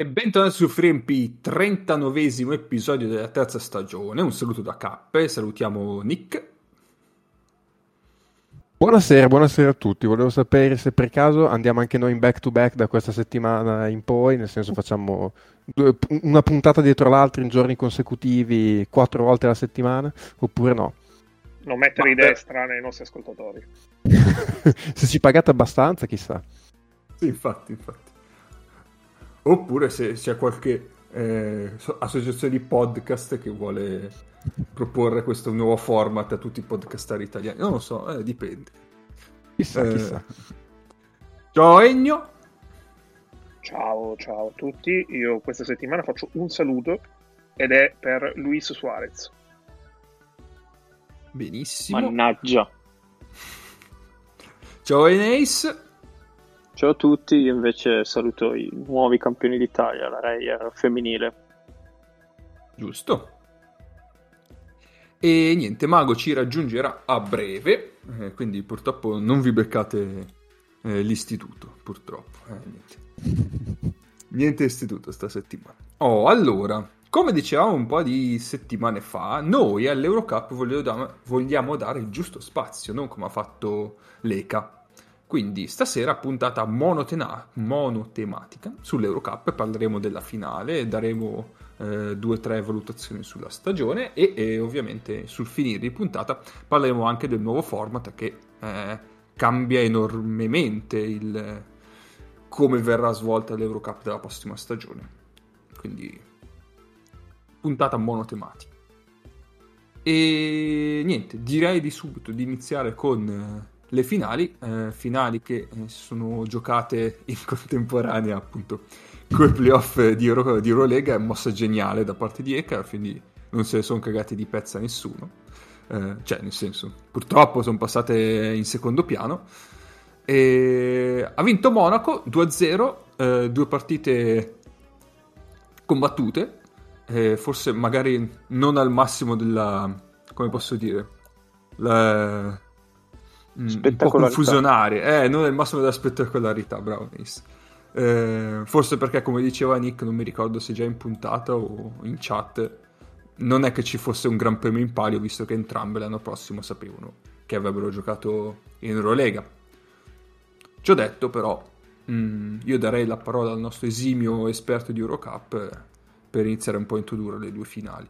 E bentornati su FreeMP, 39esimo episodio della terza stagione. Un saluto da Cappe, salutiamo Nick. Buonasera a tutti. Volevo sapere se per caso andiamo anche noi in back to back da questa settimana in poi, nel senso facciamo una puntata dietro l'altra in giorni consecutivi, 4 volte alla settimana, oppure no? Non mettere idee strane ai nostri ascoltatori. Se ci pagate abbastanza, chissà. Sì, infatti. Oppure se c'è qualche associazione di podcast che vuole proporre questo nuovo format a tutti i podcastari italiani. Non lo so, dipende. Chissà. Ciao Ennio. Ciao a tutti. Io questa settimana faccio un saluto ed è per Luis Suarez. Benissimo. Mannaggia. Ciao Eneis. Ciao a tutti, io invece saluto i nuovi campioni d'Italia, la Reia femminile. Giusto. E niente, Mago ci raggiungerà a breve, quindi purtroppo non vi beccate l'istituto, purtroppo. Niente istituto sta settimana. Allora, come dicevamo un po' di settimane fa, noi all'Eurocup vogliamo dare il giusto spazio, non come ha fatto l'ECA. Quindi stasera puntata monotematica sull'Eurocup, parleremo della finale, daremo 2 o 3 valutazioni sulla stagione e ovviamente sul finire di puntata parleremo anche del nuovo format che cambia enormemente come verrà svolta l'Eurocup della prossima stagione. Quindi puntata monotematica. E niente, direi di subito di iniziare con le finali che sono giocate in contemporanea appunto con i playoff di Eurolega. È mossa geniale da parte di ECA, quindi non se ne sono cagati di pezza nessuno, cioè nel senso purtroppo sono passate in secondo piano. E ha vinto Monaco 2-0, 2 partite combattute, forse magari non al massimo della, come posso dire, un po' confusionarie, non è il massimo della spettacolarità, bravo Nis. Forse perché, come diceva Nick, non mi ricordo se già in puntata o in chat, non è che ci fosse un gran premio in palio, visto che entrambe l'anno prossimo sapevano che avrebbero giocato in Eurolega. Ciò detto, però, io darei la parola al nostro esimio esperto di Eurocup per iniziare un po' a introdurre le 2 finali.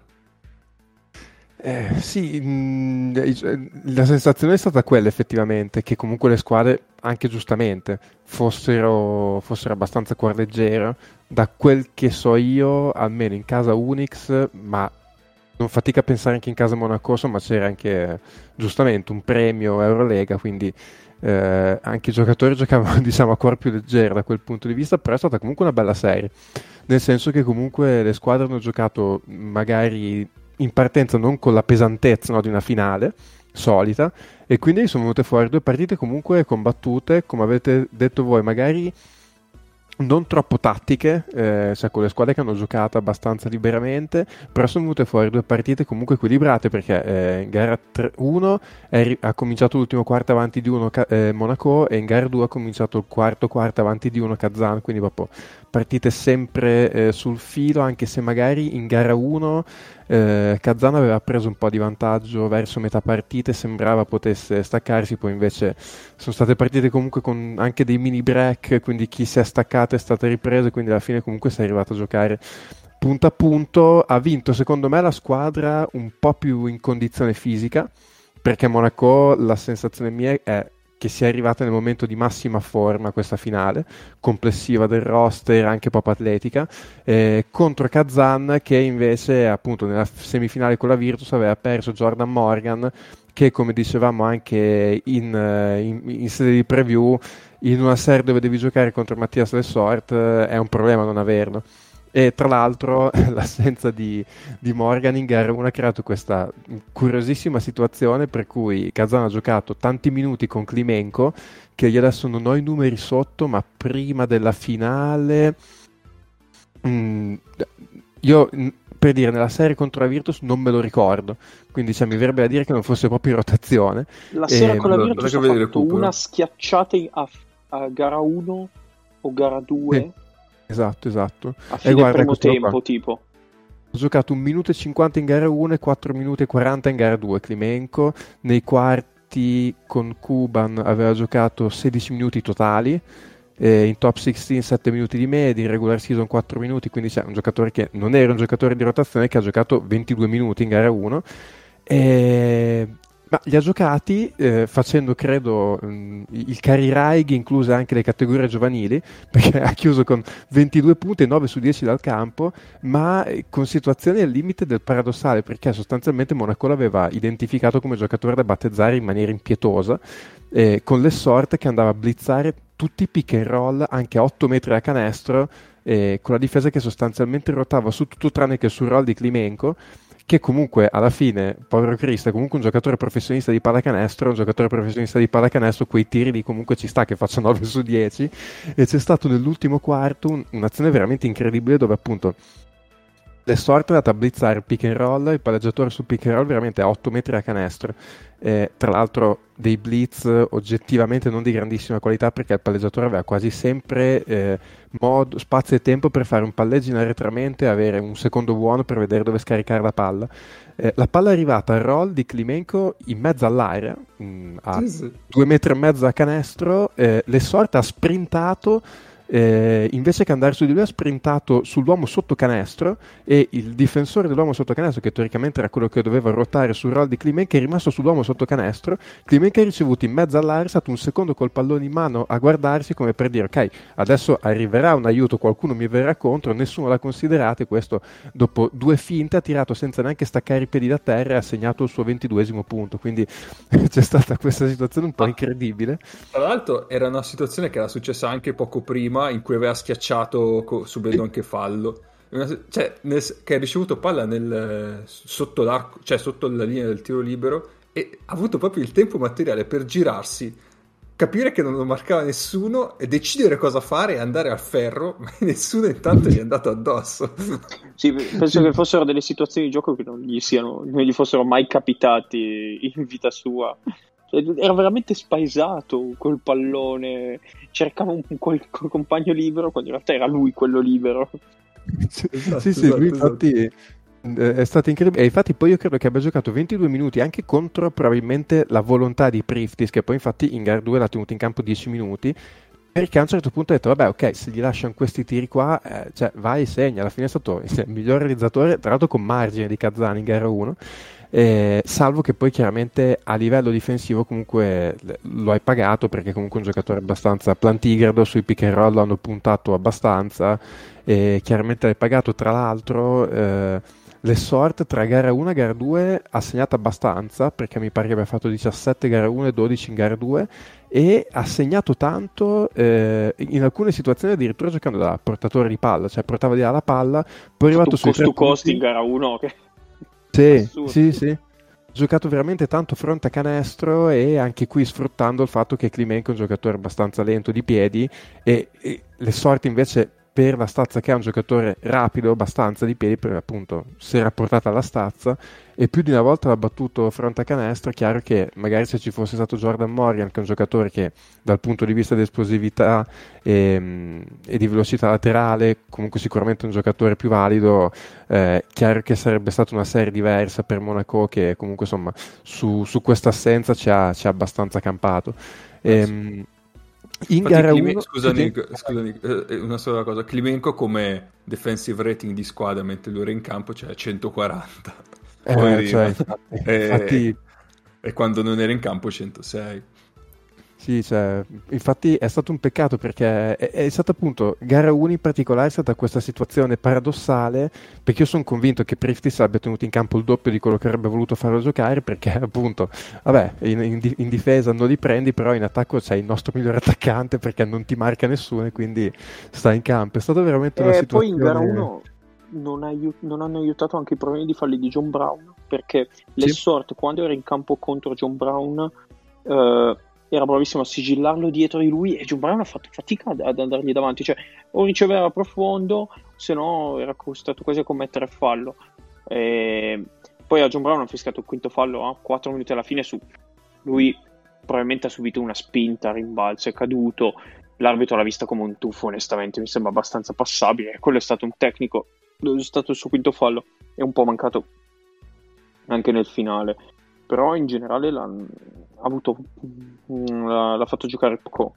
Sì, la sensazione è stata quella effettivamente, che comunque le squadre, anche giustamente, fossero abbastanza cuor leggera. Da quel che so io, almeno in casa Unix, ma non fatica a pensare anche in casa Monaco, ma c'era anche giustamente un premio Eurolega, quindi anche i giocatori giocavano diciamo a cuor più leggero da quel punto di vista, però è stata comunque una bella serie, nel senso che comunque le squadre hanno giocato magari in partenza non con la pesantezza, no, di una finale solita, e quindi sono venute fuori 2 partite comunque combattute, come avete detto voi, magari non troppo tattiche, cioè con le squadre che hanno giocato abbastanza liberamente, però sono venute fuori 2 partite comunque equilibrate, perché in gara 1 ha cominciato l'ultimo quarto avanti di 1 Monaco, e in gara 2 ha cominciato il quarto avanti di 1 Kazan, quindi proprio partite sempre sul filo, anche se magari in gara 1 Kazan aveva preso un po' di vantaggio verso metà partita e sembrava potesse staccarsi, poi invece sono state partite comunque con anche dei mini break, quindi chi si è staccato è stato ripreso, quindi alla fine comunque si è arrivato a giocare punto a punto. Ha vinto secondo me la squadra un po' più in condizione fisica, perché Monaco, la sensazione mia è che sia arrivata nel momento di massima forma questa finale complessiva del roster, anche proprio atletica, contro Kazan, che invece appunto nella semifinale con la Virtus aveva perso Jordan Morgan, che come dicevamo anche in sede di preview, in una serie dove devi giocare contro Mattias Lesort è un problema non averlo. E tra l'altro l'assenza di Morgan in gara 1 ha creato questa curiosissima situazione per cui Kazan ha giocato tanti minuti con Klimenko, che io adesso non ho i numeri sotto, ma prima della finale io per dire nella serie contro la Virtus non me lo ricordo, quindi cioè, mi verrebbe da dire che non fosse proprio in rotazione. La sera con la Virtus ha fatto una schiacciata a gara 1 o gara 2. Sì. Esatto. A fine guarda, primo questo tempo, qua. tipo. Ha giocato 1 minuto e 50 in gara 1 e 4 minuti e 40 in gara 2 Klimenko. Nei quarti con Kuban aveva giocato 16 minuti totali, in top 16 7 minuti di media, in regular season 4 minuti, quindi c'è un giocatore che non era un giocatore di rotazione, che ha giocato 22 minuti in gara 1. Ma li ha giocati facendo, credo, il carry Raig, incluse anche le categorie giovanili, perché ha chiuso con 22 punti e 9 su 10 dal campo, ma con situazioni al limite del paradossale, perché sostanzialmente Monaco l'aveva identificato come giocatore da battezzare in maniera impietosa, con le sorte che andava a blitzare tutti i pick and roll anche a 8 metri da canestro, con la difesa che sostanzialmente ruotava su tutto tranne che sul roll di Klimenko, che comunque alla fine, povero Cristo, è comunque un giocatore professionista di pallacanestro. Un giocatore professionista di pallacanestro quei tiri lì comunque ci sta che faccia 9 su 10, e c'è stato nell'ultimo quarto un'azione veramente incredibile dove appunto le sorte è andata a blizzare il pick and roll, il palleggiatore sul pick and roll veramente a 8 metri da canestro, tra l'altro dei blitz oggettivamente non di grandissima qualità, perché il palleggiatore aveva quasi sempre spazio e tempo per fare un palleggio in arretramente e avere un secondo buono per vedere dove scaricare la palla. La palla è arrivata al roll di Klimenko in mezzo all'area, a 2 metri e mezzo da canestro, le sorte ha sprintato, invece che andare su di lui ha sprintato sull'uomo sotto canestro, e il difensore dell'uomo sotto canestro, che teoricamente era quello che doveva ruotare sul roll di Klimenko, è rimasto sull'uomo sotto canestro. Klimenko ha ricevuto in mezzo all'area, è stato un secondo col pallone in mano a guardarsi come per dire ok, adesso arriverà un aiuto, qualcuno mi verrà contro, nessuno l'ha considerato, e questo dopo 2 finte ha tirato senza neanche staccare i piedi da terra e ha segnato il suo 22esimo punto, quindi c'è stata questa situazione un po' incredibile. Tra l'altro era una situazione che era successa anche poco prima, in cui aveva schiacciato subendo anche fallo, che ha ricevuto palla sotto l'arco, cioè sotto la linea del tiro libero, e ha avuto proprio il tempo materiale per girarsi, capire che non lo marcava nessuno e decidere cosa fare e andare al ferro, ma nessuno intanto gli è andato addosso. Sì, penso che fossero delle situazioni di gioco che non gli fossero mai capitati in vita sua. Era veramente spaesato quel pallone, cercava un compagno libero quando in realtà era lui quello libero. Esatto, lui infatti è stato incredibile, e infatti poi io credo che abbia giocato 22 minuti anche contro probabilmente la volontà di Priftis, che poi infatti in gara 2 l'ha tenuto in campo 10 minuti, perché a un certo punto ha detto vabbè, ok, se gli lasciano questi tiri qua, cioè vai e segna. Alla fine è stato il miglior realizzatore, tra l'altro con margine di Kazan in gara 1, salvo che poi chiaramente a livello difensivo comunque lo hai pagato, perché comunque è un giocatore abbastanza plantigrado, sui pick and roll hanno puntato abbastanza, e chiaramente l'hai pagato. Tra l'altro le sort tra gara 1 e gara 2 ha segnato abbastanza, perché mi pare che abbia fatto 17 gara 1 e 12 in gara 2, e ha segnato tanto, in alcune situazioni addirittura giocando da portatore di palla, cioè portava di là la palla, poi è arrivato sui 3 costi in gara 1 che... Sì. Ha giocato veramente tanto fronte a canestro, e anche qui sfruttando il fatto che Klimenko è un giocatore abbastanza lento di piedi, e le sorti invece, per la stazza che ha, un giocatore rapido abbastanza di piedi, per appunto si era portata alla stazza, e più di una volta l'ha battuto fronte a canestro. Chiaro che magari se ci fosse stato Jordan Morgan, che è un giocatore che dal punto di vista di esplosività e di velocità laterale comunque sicuramente un giocatore più valido, chiaro che sarebbe stata una serie diversa per Monaco, che comunque insomma su questa assenza ci ha abbastanza campato. In gara 1, scusami, una sola cosa. Klimenko come defensive rating di squadra mentre lui era in campo c'è 140, infatti, e quando non era in campo 106. Sì, cioè, infatti è stato un peccato, perché è stata appunto gara 1 in particolare, è stata questa situazione paradossale, perché io sono convinto che Priftis abbia tenuto in campo il doppio di quello che avrebbe voluto farlo giocare, perché appunto vabbè, in difesa non li prendi, però in attacco c'è il nostro migliore attaccante, perché non ti marca nessuno e quindi sta in campo. È stata veramente una situazione... Poi in gara 1 non hanno aiutato anche i problemi di falli di John Brown, perché Lessort quando era in campo contro John Brown era bravissimo a sigillarlo dietro di lui, e John Brown ha fatto fatica ad andargli davanti, cioè o riceveva profondo, se no era costretto quasi a commettere fallo. Poi a John Brown ha fischiato il quinto fallo a 4 minuti alla fine, su lui probabilmente ha subito una spinta, rimbalzo, è caduto, l'arbitro l'ha vista come un tuffo, onestamente, mi sembra abbastanza passabile. Quello è stato un tecnico, è stato il suo quinto fallo, è un po' mancato anche nel finale, però in generale l'ha fatto giocare poco.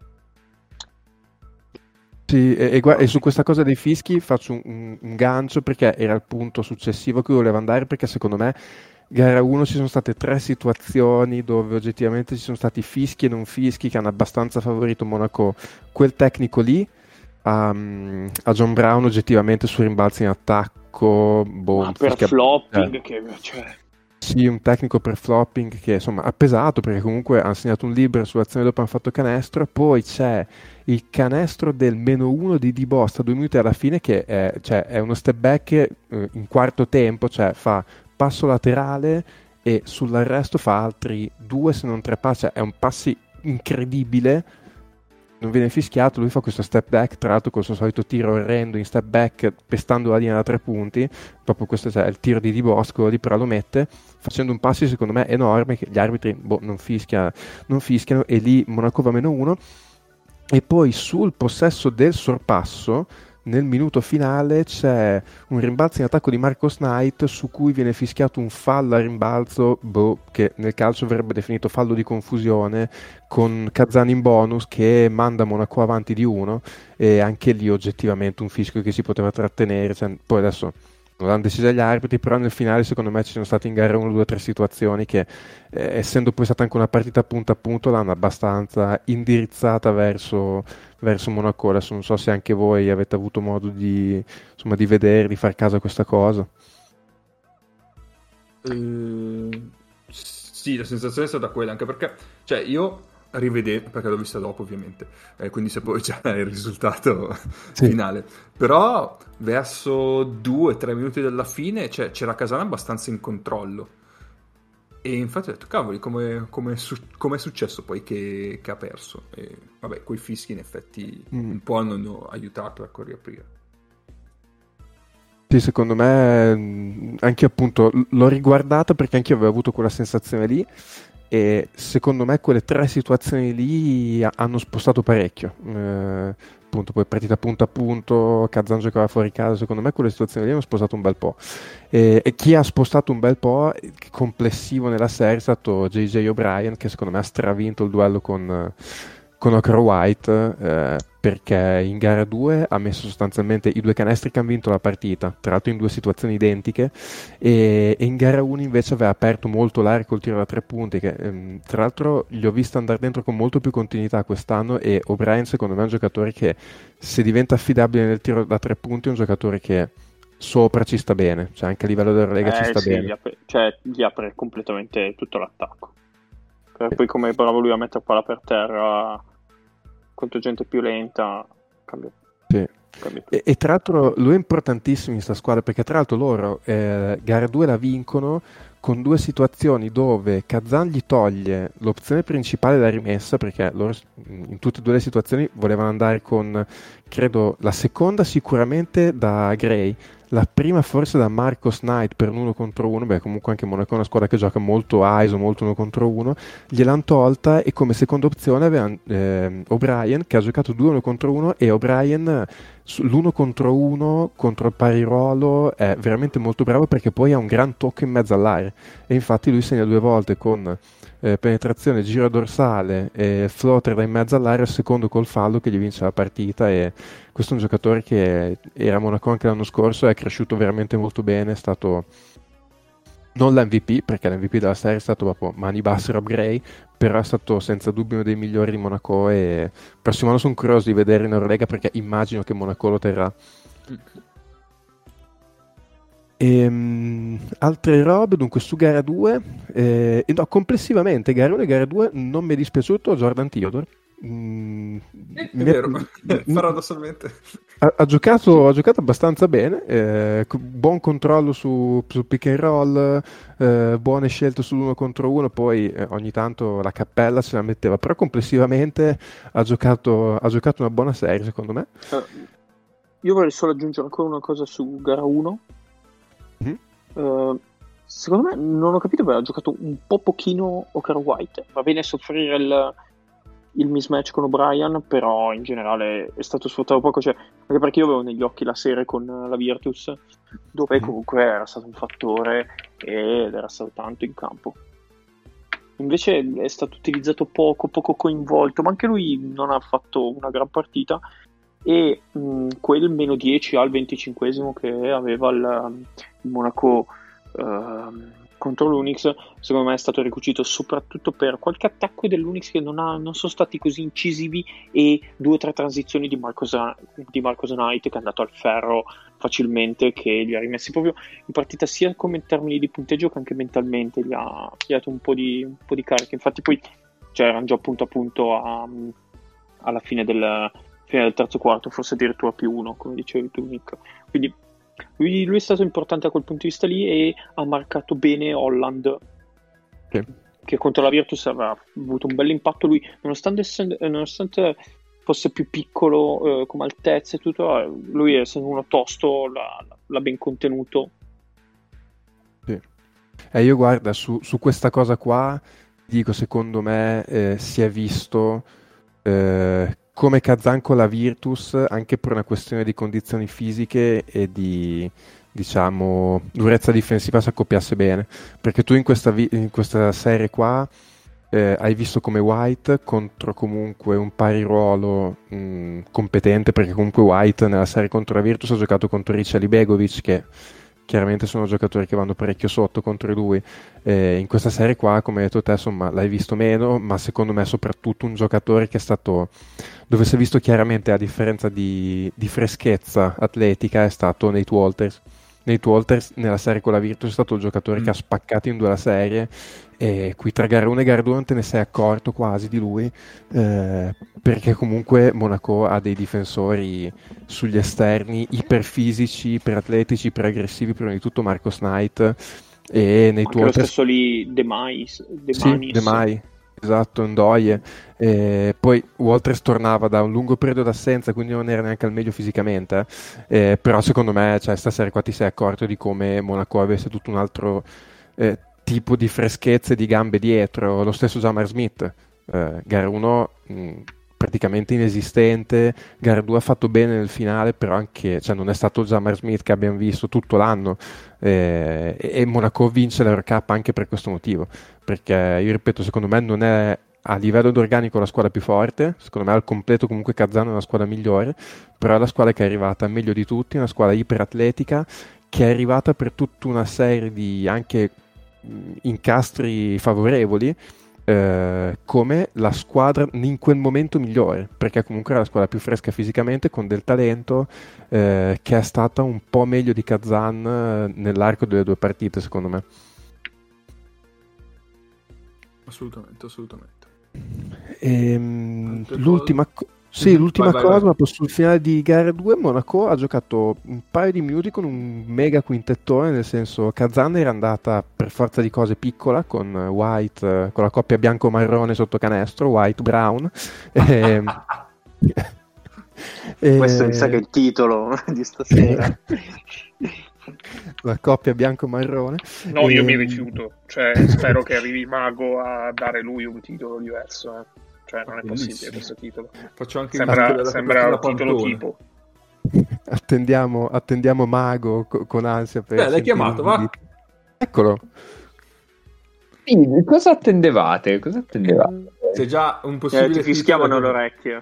Sì, e su questa cosa dei fischi faccio un gancio, perché era il punto successivo che volevo andare, perché secondo me gara 1 ci sono state 3 situazioni dove oggettivamente ci sono stati fischi e non fischi che hanno abbastanza favorito Monaco. Quel tecnico lì a John Brown oggettivamente su rimbalzi in attacco, Ma per flopping sì, un tecnico per flopping che insomma ha pesato, perché comunque hanno segnato un libero sull'azione dopo hanno fatto canestro. Poi c'è il canestro del -1 di Bost a 2 minuti alla fine, che è uno step back in quarto tempo, cioè fa passo laterale e sull'arresto fa altri 2 se non 3 passi, è un passi incredibile, non viene fischiato, lui fa questo step back, tra l'altro col suo solito tiro orrendo in step back, pestando la linea da 3 punti, proprio questo è il tiro di Bosco, lì però lo mette, facendo un passo secondo me enorme, che gli arbitri non fischiano, e lì Monaco va -1. E poi sul possesso del sorpasso, nel minuto finale, c'è un rimbalzo in attacco di Marcos Knight su cui viene fischiato un fallo a rimbalzo, che nel calcio verrebbe definito fallo di confusione, con Kazan in bonus che manda Monaco avanti di 1, e anche lì oggettivamente un fischio che si poteva trattenere. Poi adesso non l'hanno deciso gli arbitri, però nel finale secondo me ci sono state in gara 1, 2, 3 situazioni che, essendo poi stata anche una partita punto a punto, l'hanno abbastanza indirizzata verso Monaco. Adesso non so se anche voi avete avuto modo di vedere, di far caso a questa cosa. Sì, la sensazione è stata quella, anche perché io rivedevo, perché l'ho vista dopo ovviamente, quindi sapevo già il risultato finale, però verso 2-3 minuti dalla fine c'era Casana abbastanza in controllo, e infatti ho detto cavoli, come è successo poi che ha perso, e vabbè, quei fischi in effetti un po' hanno aiutato a riaprire. Sì, secondo me anche appunto l'ho riguardata perché anche io avevo avuto quella sensazione lì, e secondo me quelle 3 situazioni lì hanno spostato parecchio, appunto poi partita punto a punto, Kazan giocava fuori casa, secondo me quelle situazioni lì hanno spostato un bel po', e chi ha spostato un bel po' complessivo nella serie è stato JJ O'Brien, che secondo me ha stravinto il duello con Okra White, perché in gara 2 ha messo sostanzialmente i 2 canestri che hanno vinto la partita, tra l'altro in 2 situazioni identiche, e in gara 1 invece aveva aperto molto l'area col tiro da 3 punti, che tra l'altro gli ho visto andare dentro con molto più continuità quest'anno, e O'Brien secondo me è un giocatore che, se diventa affidabile nel tiro da 3 punti, è un giocatore che sopra ci sta bene, cioè anche a livello della Lega ci sta bene. Gli apre completamente tutto l'attacco. Poi come è bravo lui a mettere palla per terra contro gente più lenta, cambia. Sì. E tra l'altro lui è importantissimo in questa squadra, perché tra l'altro loro gara 2 la vincono con 2 situazioni dove Kazan gli toglie l'opzione principale della rimessa, perché loro in tutte e 2 le situazioni volevano andare con, credo, la seconda sicuramente da Gray, la prima forse da Marcos Knight per un 1 contro 1, comunque anche Monaco è una squadra che gioca molto ISO, molto 1 contro 1, gliel'hanno tolta, e come seconda opzione avevano O'Brien, che ha giocato 2 1 contro 1, e O'Brien l'1 contro 1 contro il pari ruolo è veramente molto bravo, perché poi ha un gran tocco in mezzo all'area, e infatti lui segna 2 volte con penetrazione, giro dorsale e floater da in mezzo all'area, il secondo col fallo che gli vince la partita. E questo è un giocatore che era a Monaco anche l'anno scorso, è cresciuto veramente molto bene, è stato non l'MVP, perché l'MVP della serie è stato proprio mani basse Rob Gray, però è stato senza dubbio uno dei migliori di Monaco, e il prossimo anno sono curioso di vedere in Eurolega, perché immagino che Monaco lo terrà. Altre robe, dunque, su gara 2 no, complessivamente gara 1 e gara 2 non mi è dispiaciuto Jordan Theodore. È vero, paradossalmente ha giocato abbastanza bene, buon controllo su pick and roll, buone scelte sull'1 contro 1, poi ogni tanto la cappella se la metteva, però complessivamente ha giocato una buona serie, secondo me. Io vorrei solo aggiungere ancora una cosa su gara 1. Secondo me, non ho capito, ma ha giocato un po' pochino Okra White. Va bene a soffrire il mismatch con O'Brien, però in generale è stato sfruttato poco, cioè, anche perché io avevo negli occhi la serie con la Virtus, dove comunque era stato un fattore ed era stato tanto in campo. Invece è stato utilizzato poco coinvolto, ma anche lui non ha fatto una gran partita, e quel meno 10 al 25esimo che aveva il Monaco contro l'Unix, secondo me è stato ricucito soprattutto per qualche attacco dell'Unix che non sono stati così incisivi, e 2 o 3 transizioni di Marcos Knight, che è andato al ferro facilmente, che li ha rimessi proprio in partita, sia come in termini di punteggio che anche mentalmente gli ha dato un po' di carica. Infatti poi erano già punto a punto alla fine del terzo quarto, forse addirittura +1, come dicevi tu, Nick. Quindi lui è stato importante da quel punto di vista lì, e ha marcato bene Holland, che contro la Virtus aveva avuto un bel impatto. Lui, nonostante fosse più piccolo come altezza e tutto, lui è essendo uno tosto, l'ha ben contenuto. Sì. Io guarda, su questa cosa qua dico, secondo me si è visto come Kazan con la Virtus, anche per una questione di condizioni fisiche e di, diciamo, durezza difensiva, si accoppiasse bene, perché tu in questa serie qua hai visto come White contro comunque un pari ruolo competente, perché comunque White nella serie contro la Virtus ha giocato contro Richard Begovic, che chiaramente sono giocatori che vanno parecchio sotto contro lui. In questa serie qua, come hai detto te, insomma, l'hai visto meno, ma secondo me soprattutto un giocatore che è stato, dove si è visto chiaramente la differenza di freschezza atletica, è stato Nate Walters. Nate Walters nella serie con la Virtus è stato il giocatore che ha spaccato in due la serie, e qui tra gara 1 e gara 2 non te ne sei accorto quasi di lui, perché comunque Monaco ha dei difensori sugli esterni iperfisici, iperatletici, iperaggressivi, prima di tutto Marcos Knight e Nate anche Walters. Lo stesso lì De Manis. Esatto, Ndoye. Poi Walters tornava da un lungo periodo d'assenza, quindi non era neanche al meglio fisicamente, però secondo me, cioè, stasera qua ti sei accorto di come Monaco avesse tutto un altro tipo di freschezza e di gambe dietro. Lo stesso Jamar Smith, gara 1 praticamente inesistente, gara 2 ha fatto bene nel finale, però anche, cioè, non è stato il Jamar Smith che abbiamo visto tutto l'anno, e Monaco vince l'Eurocup anche per questo motivo, perché io ripeto, secondo me non è a livello d'organico la squadra più forte, secondo me al completo comunque Kazan è una squadra migliore, però è la squadra che è arrivata meglio di tutti, una squadra iperatletica che è arrivata per tutta una serie di anche incastri favorevoli, come la squadra in quel momento migliore, perché comunque era la squadra più fresca fisicamente, con del talento, che è stata un po' meglio di Kazan nell'arco delle 2 partite, secondo me. Assolutamente. L'ultima cosa, ma sul finale di gara 2 Monaco ha giocato un paio di minuti con un mega quintettone, nel senso Kazan era andata per forza di cose piccola con White, con la coppia bianco-marrone sotto canestro, White-Brown. Questo mi sa che è il titolo di stasera. La coppia bianco-marrone. No, io mi rifiuto, cioè spero che arrivi Mago a dare lui un titolo diverso, cioè non è possibile questo titolo. Faccio anche sembra un titolo tipo. Attendiamo Mago con ansia per l'hai chiamato, va? Eccolo. Cosa attendevate? C'è già un possibile ti fischiavano l'orecchie.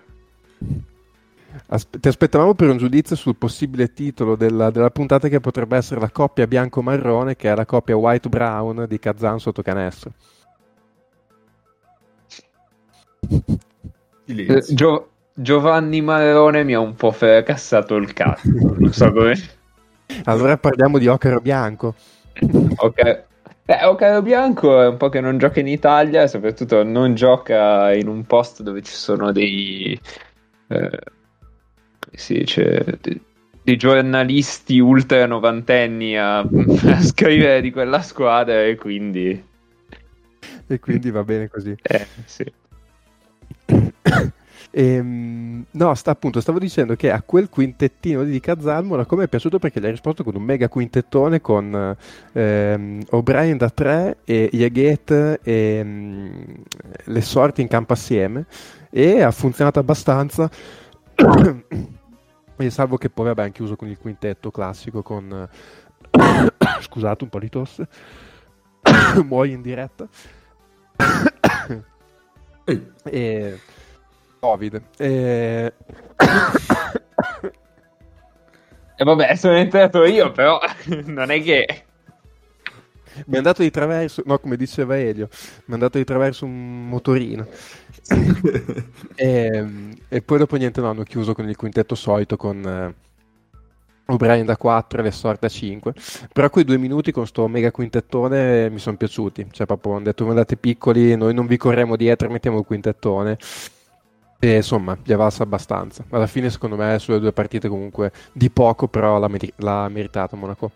Ti aspettavamo per un giudizio sul possibile titolo della puntata, che potrebbe essere la coppia bianco-marrone, che è la coppia white-brown di Kazan sotto canestro. Giovanni Marrone mi ha un po' fracassato il cazzo, non so come. Allora parliamo di Ocaro Bianco. Ok. Ocaro Bianco è un po' che non gioca in Italia, e soprattutto non gioca in un posto dove ci sono dei si dice, dei giornalisti ultra novantenni a scrivere di quella squadra, e quindi va bene così. Sì. No, stavo dicendo che a quel quintettino di Kazan Monaco mi è piaciuto perché gli ha risposto con un mega quintettone con O'Brien da 3 e Yaget e le sorti in campo assieme, e ha funzionato abbastanza. E salvo che poi vabbè, hanno chiuso con il quintetto classico con scusate, un po' di tosse. Muoio in diretta. E Covid. E vabbè, sono entrato io, però non è che... Mi è andato di traverso, no, come diceva Elio, mi è andato di traverso un motorino. E poi dopo niente, no, hanno chiuso con il quintetto solito con O'Brien da 4 e le Sort da 5. Però quei 2 minuti con sto mega quintettone mi sono piaciuti. Cioè proprio hanno detto: andate piccoli, noi non vi corriamo dietro, mettiamo il quintettone. E insomma, gli è valsa abbastanza. Alla fine secondo me sulle 2 partite comunque di poco, però l'ha meritato Monaco.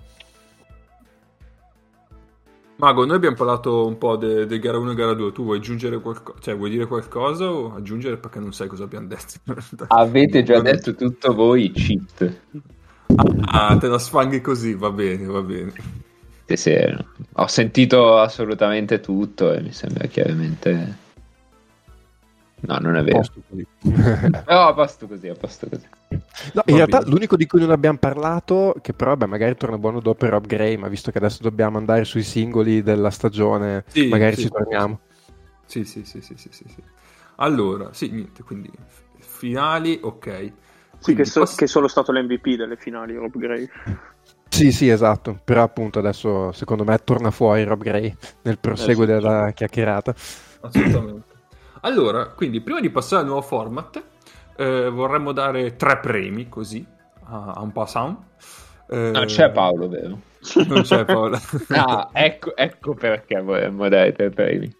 Mago, noi abbiamo parlato un po' del gara 1 e gara 2. Tu vuoi aggiungere qualcosa? Cioè, vuoi dire qualcosa o aggiungere, perché non sai cosa abbiamo detto? Avete già detto tutto voi, cheat. Ah, te la sfanghi così, va bene, va bene. Sì, ho sentito assolutamente tutto e mi sembra chiaramente... No, non è vero. No, a posto così. No, in realtà l'unico di cui non abbiamo parlato, che però beh, magari torna buono dopo, è Rob Gray, ma visto che adesso dobbiamo andare sui singoli della stagione, sì, magari sì, ci torniamo. Sì. Allora, sì, niente, quindi finali, ok. Sì, che è solo stato l'MVP delle finali, Rob Gray. Sì, esatto, però appunto adesso secondo me torna fuori Rob Gray nel proseguo della chiacchierata. Assolutamente. Allora, quindi prima di passare al nuovo format, vorremmo dare 3 premi così a un passant. Non c'è Paolo, vero? Non c'è Paolo. Ah, ecco perché vorremmo dare 3 premi.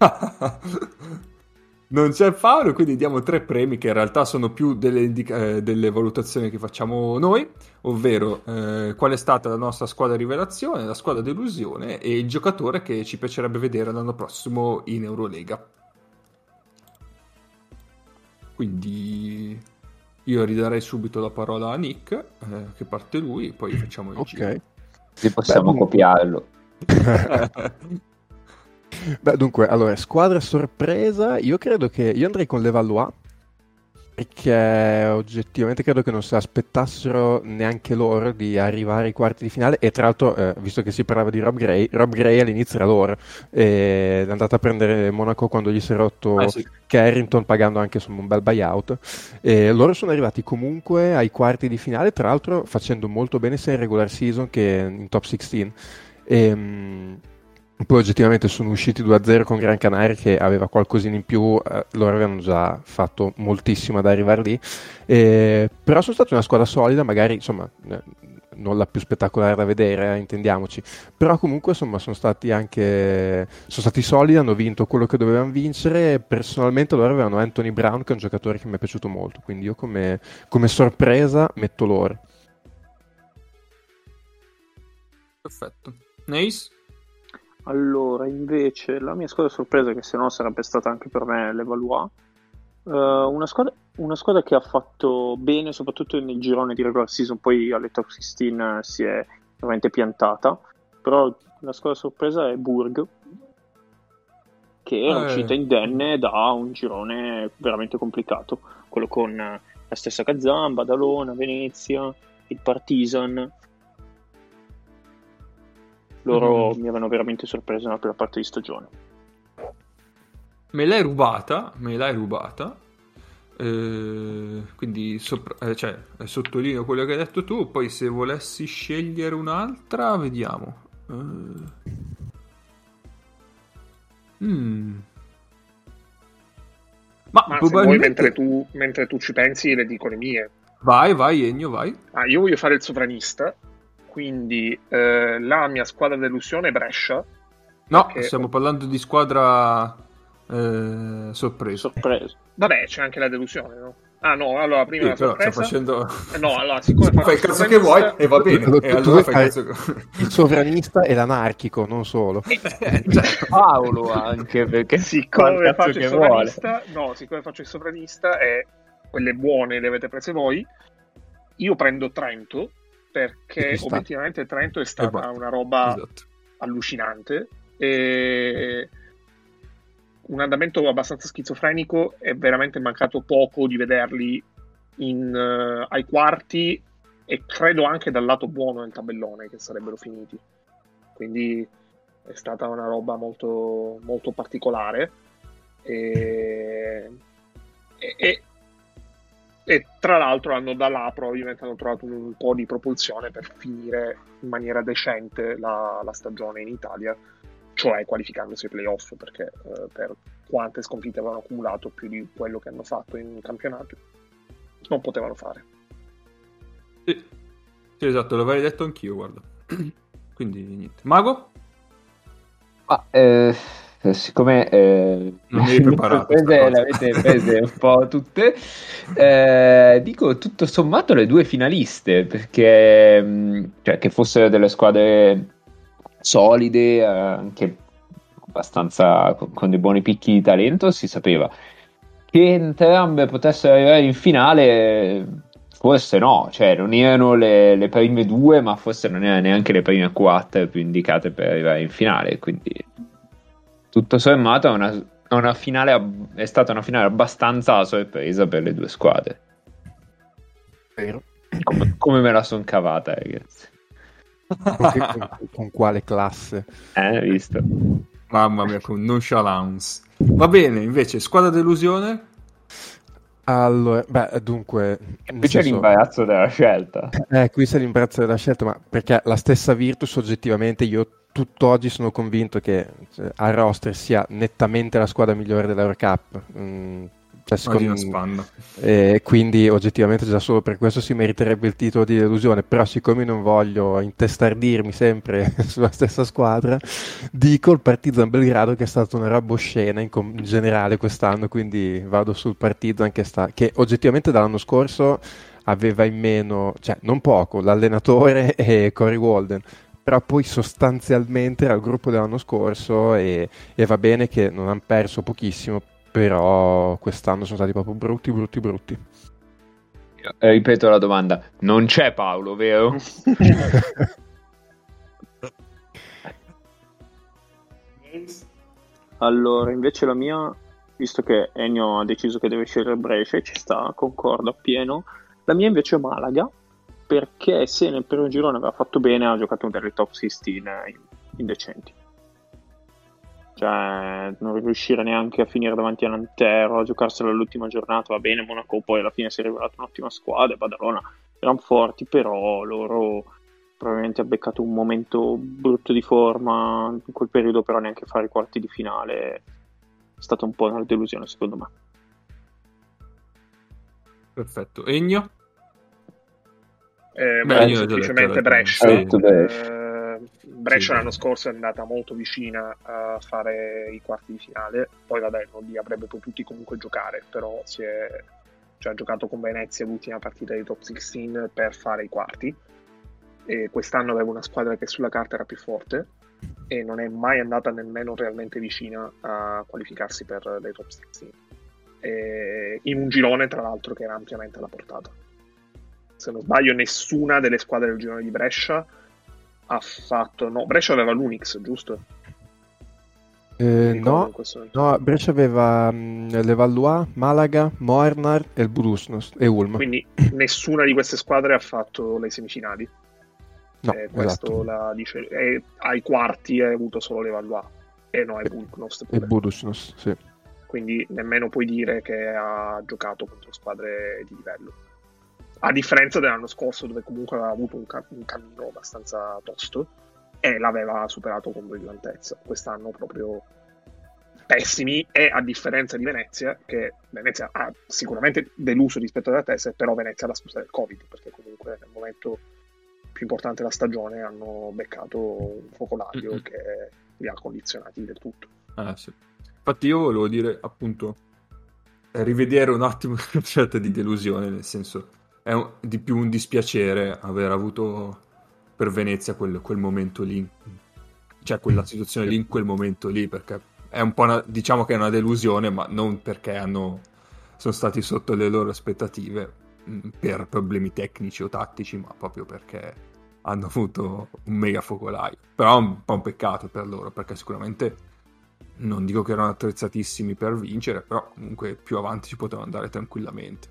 Non c'è Paolo, quindi diamo 3 premi che in realtà sono più delle valutazioni che facciamo noi, ovvero qual è stata la nostra squadra rivelazione, la squadra delusione e il giocatore che ci piacerebbe vedere l'anno prossimo in Eurolega. Quindi io ridarei subito la parola a Nick, che parte lui, poi facciamo il giro. Sì, possiamo copiarlo. Beh, dunque, allora, squadra sorpresa, io credo che io andrei con Levallois, perché oggettivamente credo che non si aspettassero neanche loro di arrivare ai quarti di finale, e tra l'altro, visto che si parlava di Rob Gray all'inizio era loro, è andato a prendere Monaco quando gli si è rotto Carrington, pagando anche insomma un bel buyout, e loro sono arrivati comunque ai quarti di finale, tra l'altro facendo molto bene sia in regular season che in top 16. Poi oggettivamente sono usciti 2-0 con Gran Canaria, che aveva qualcosina in più, loro avevano già fatto moltissimo ad arrivare lì, però sono stati una squadra solida, magari insomma non la più spettacolare da vedere, intendiamoci, però comunque insomma sono stati solidi, hanno vinto quello che dovevano vincere. Personalmente loro avevano Anthony Brown, che è un giocatore che mi è piaciuto molto, quindi io come sorpresa metto loro. Perfetto. Nice. Allora, invece, la mia squadra sorpresa, che se no sarebbe stata anche per me l'Evallois, una squadra che ha fatto bene, soprattutto nel girone di regular season, poi alle top 16 si è veramente piantata, però la squadra sorpresa è Burg, che era uscita indenne da un girone veramente complicato, quello con la stessa Kazan, Badalona, Venezia, il Partizan. Loro mi avevano veramente sorpreso nella prima parte di stagione. Me l'hai rubata. Quindi sottolineo quello che hai detto tu. Poi se volessi scegliere un'altra, vediamo. Ma probabilmente... se vuoi, mentre tu ci pensi, le dico le mie. Vai Ennio, vai. Io voglio fare il sovranista. Quindi la mia squadra delusione è Brescia. No, stiamo parlando di squadra sorpresa. Vabbè, c'è anche la delusione, no? Ah no, allora prima la sorpresa. Facendo... No, allora siccome fai il cazzo che vuoi e va bene. E allora fai il sovranista e l'anarchico, non solo. Paolo anche, perché siccome faccio il sovranista, siccome faccio il sovranista e quelle buone le avete prese voi, io prendo Trento, perché obiettivamente Trento è stata una roba allucinante, e un andamento abbastanza schizofrenico. È veramente mancato poco di vederli ai quarti, e credo anche dal lato buono del tabellone che sarebbero finiti. Quindi è stata una roba molto, molto particolare. E tra l'altro da là probabilmente hanno trovato un po' di propulsione per finire in maniera decente la stagione in Italia, cioè qualificandosi ai playoff, perché per quante sconfitte avevano accumulato, più di quello che hanno fatto in campionato, non potevano fare. Sì, esatto, l'avrei detto anch'io, guarda. Quindi niente. Mago? Siccome non eri preparato, le avete prese un po' tutte, dico tutto sommato le due finaliste, perché cioè, che fossero delle squadre solide, anche abbastanza con dei buoni picchi di talento, si sapeva. Che entrambe potessero arrivare in finale, forse no, cioè non erano le prime due, ma forse non erano neanche le prime quattro più indicate per arrivare in finale, quindi tutto sommato una finale, è stata una finale abbastanza a sorpresa per le due squadre. Vero. Come me la son cavata, ragazzi. Con quale classe? Visto? Mamma mia, con nonchalance. Va bene, invece, squadra delusione? Allora, dunque... Qui c'è l'imbarazzo della scelta. Qui c'è l'imbarazzo della scelta, ma perché la stessa Virtus, oggettivamente, io tutt'oggi sono convinto che a roster sia nettamente la squadra migliore dell'Eurocup. Quindi oggettivamente già solo per questo si meriterebbe il titolo di delusione, però siccome non voglio intestardirmi sempre sulla stessa squadra, dico il Partizan Belgrado, che è stata una roba oscena in generale quest'anno, quindi vado sul Partizan che oggettivamente dall'anno scorso aveva in meno, cioè non poco, l'allenatore e Cory Walden, però poi sostanzialmente era il gruppo dell'anno scorso e va bene che non hanno perso pochissimo, però quest'anno sono stati proprio brutti. Ripeto la domanda, non c'è Paolo, vero? Allora, invece la mia, visto che Ennio ha deciso che deve scegliere Brescia, ci sta, concordo appieno. La mia invece è Malaga, perché se nel primo girone aveva fatto bene, ha giocato delle top 16 indecenti. Cioè, non riuscire neanche a finire davanti a Nanterre, a giocarsela all'ultima giornata, va bene, Monaco poi alla fine si è rivelata un'ottima squadra, Badalona erano forti, però loro probabilmente ha beccato un momento brutto di forma in quel periodo, però neanche fare i quarti di finale è stata un po' una delusione secondo me. Perfetto. Ennio? Semplicemente Brescia. Brescia Sì. l'anno scorso è andata molto vicina a fare i quarti di finale, poi vabbè, non li avrebbe potuti comunque giocare, però ha giocato con Venezia l'ultima partita di top 16 per fare i quarti, e quest'anno aveva una squadra che sulla carta era più forte e non è mai andata nemmeno realmente vicina a qualificarsi per le top 16, in un girone tra l'altro che era ampiamente alla portata. Se non sbaglio, nessuna delle squadre del girone di Brescia ha fatto... No, Brescia aveva l'Unix, giusto? No, Brescia aveva l'Evallois, Malaga, Moernar e il Budusnos e Ulm. Quindi nessuna di queste squadre ha fatto le semifinali. No, questo la dice. E ai quarti hai avuto solo l'Evallois e no, è Budusnos. E Budusnos, sì. Quindi nemmeno puoi dire che ha giocato contro squadre di livello. A differenza dell'anno scorso, dove comunque aveva avuto un cammino abbastanza tosto e l'aveva superato con brillantezza. Quest'anno proprio pessimi, e a differenza di Venezia, che Venezia ha sicuramente deluso rispetto alle attese, però Venezia ha la scusa del Covid, perché comunque nel momento più importante della stagione hanno beccato un focolaio che li ha condizionati del tutto. Sì. Infatti io volevo dire appunto rivedere un attimo il concetto di delusione, nel senso è di più un dispiacere aver avuto per Venezia quel momento lì, cioè quella situazione lì in quel momento lì, perché è un po' diciamo che è una delusione, ma non perché sono stati sotto le loro aspettative per problemi tecnici o tattici, ma proprio perché hanno avuto un mega focolaio. Però è un po' un peccato per loro, perché sicuramente non dico che erano attrezzatissimi per vincere, però comunque più avanti ci potevano andare tranquillamente.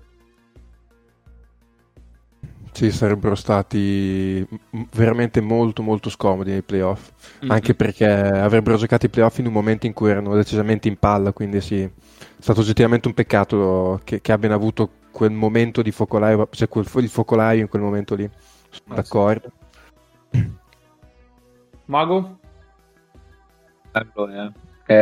Sì, sarebbero stati veramente molto molto scomodi nei playoff, anche perché avrebbero giocato i playoff in un momento in cui erano decisamente in palla, quindi sì, è stato oggettivamente un peccato che abbiano avuto quel momento di focolaio, cioè il focolaio in quel momento lì. Sono d'accordo. Sì. Mago? Allora,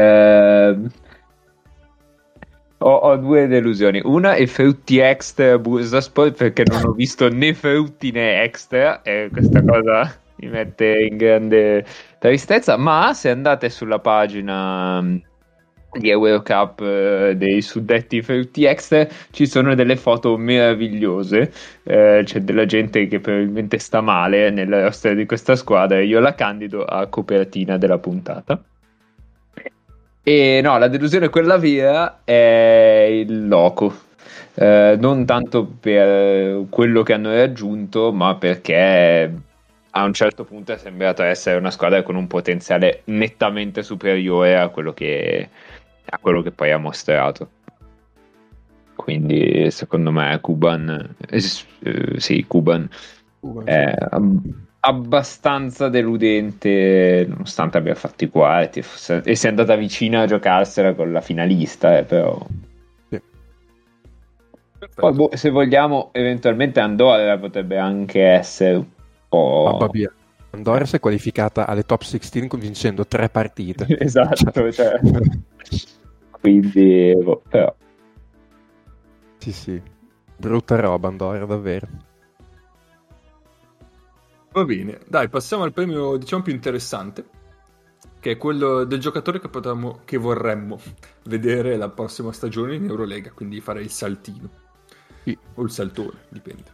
ho due delusioni. Una è Frutti Extra Bursaspor, perché non ho visto né Frutti né Extra, e questa cosa mi mette in grande tristezza. Ma se andate sulla pagina di Eurocup dei suddetti Frutti Extra, ci sono delle foto meravigliose. C'è della gente che probabilmente sta male nella roster di questa squadra, e io la candido a copertina della puntata. E no, la delusione quella vera è il Loco. Non tanto per quello che hanno raggiunto, ma perché a un certo punto è sembrato essere una squadra con un potenziale nettamente superiore a quello che poi ha mostrato. Quindi secondo me Cuban è abbastanza deludente, nonostante abbia fatto i quarti e sia andata vicina a giocarsela con la finalista, però Sì. poi se vogliamo eventualmente Andorra potrebbe anche essere un po'... Mamma mia. Andorra si è qualificata alle top 16 vincendo 3 partite. Esatto, cioè. Quindi però Sì, brutta roba Andorra, davvero. Va bene, dai, passiamo al premio diciamo più interessante, che è quello del giocatore che vorremmo vedere la prossima stagione in Eurolega, quindi fare il saltino. Sì. O il saltone, dipende.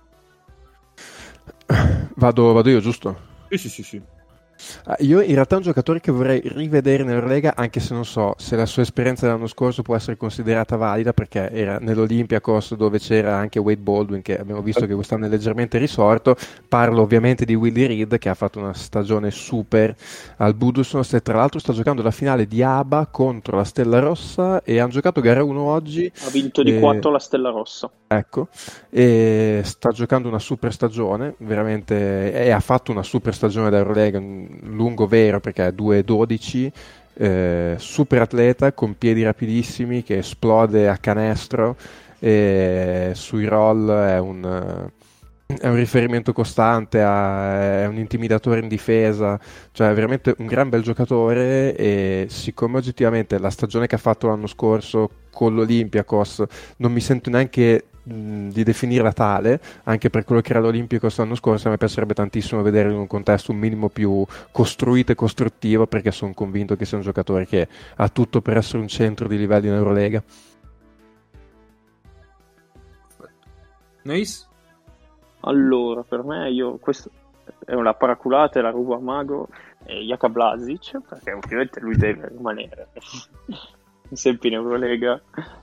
Vado io, giusto? Sì. Io in realtà è un giocatore che vorrei rivedere nell'Eurolega, anche se non so se la sua esperienza dell'anno scorso può essere considerata valida, perché era nell'Olympiacos dove c'era anche Wade Baldwin, che abbiamo visto che quest'anno è leggermente risorto. Parlo ovviamente di Willie Reed, che ha fatto una stagione super al Budućnost, e tra l'altro sta giocando la finale di ABA contro la Stella Rossa, e hanno giocato gara 1 oggi. Ha vinto di 4 la Stella Rossa. Ecco, e sta giocando una super stagione, veramente, e ha fatto una super stagione da Eurolega, lungo vero, perché è 2,12, super atleta, con piedi rapidissimi, che esplode a canestro, e sui roll è un riferimento costante, è un intimidatore in difesa, cioè è veramente un gran bel giocatore. E siccome oggettivamente la stagione che ha fatto l'anno scorso con l'Olympiacos non mi sento neanche di definirla tale, anche per quello che era l'Olympiacos l'anno scorso, a me piacerebbe tantissimo vedere in un contesto un minimo più costruito e costruttivo, perché sono convinto che sia un giocatore che ha tutto per essere un centro di livello in Eurolega. Nice? Allora, per me, questo è una paraculata e la rubo a Mago, è Jaka Blažić, perché ovviamente lui deve rimanere sempre in Eurolega.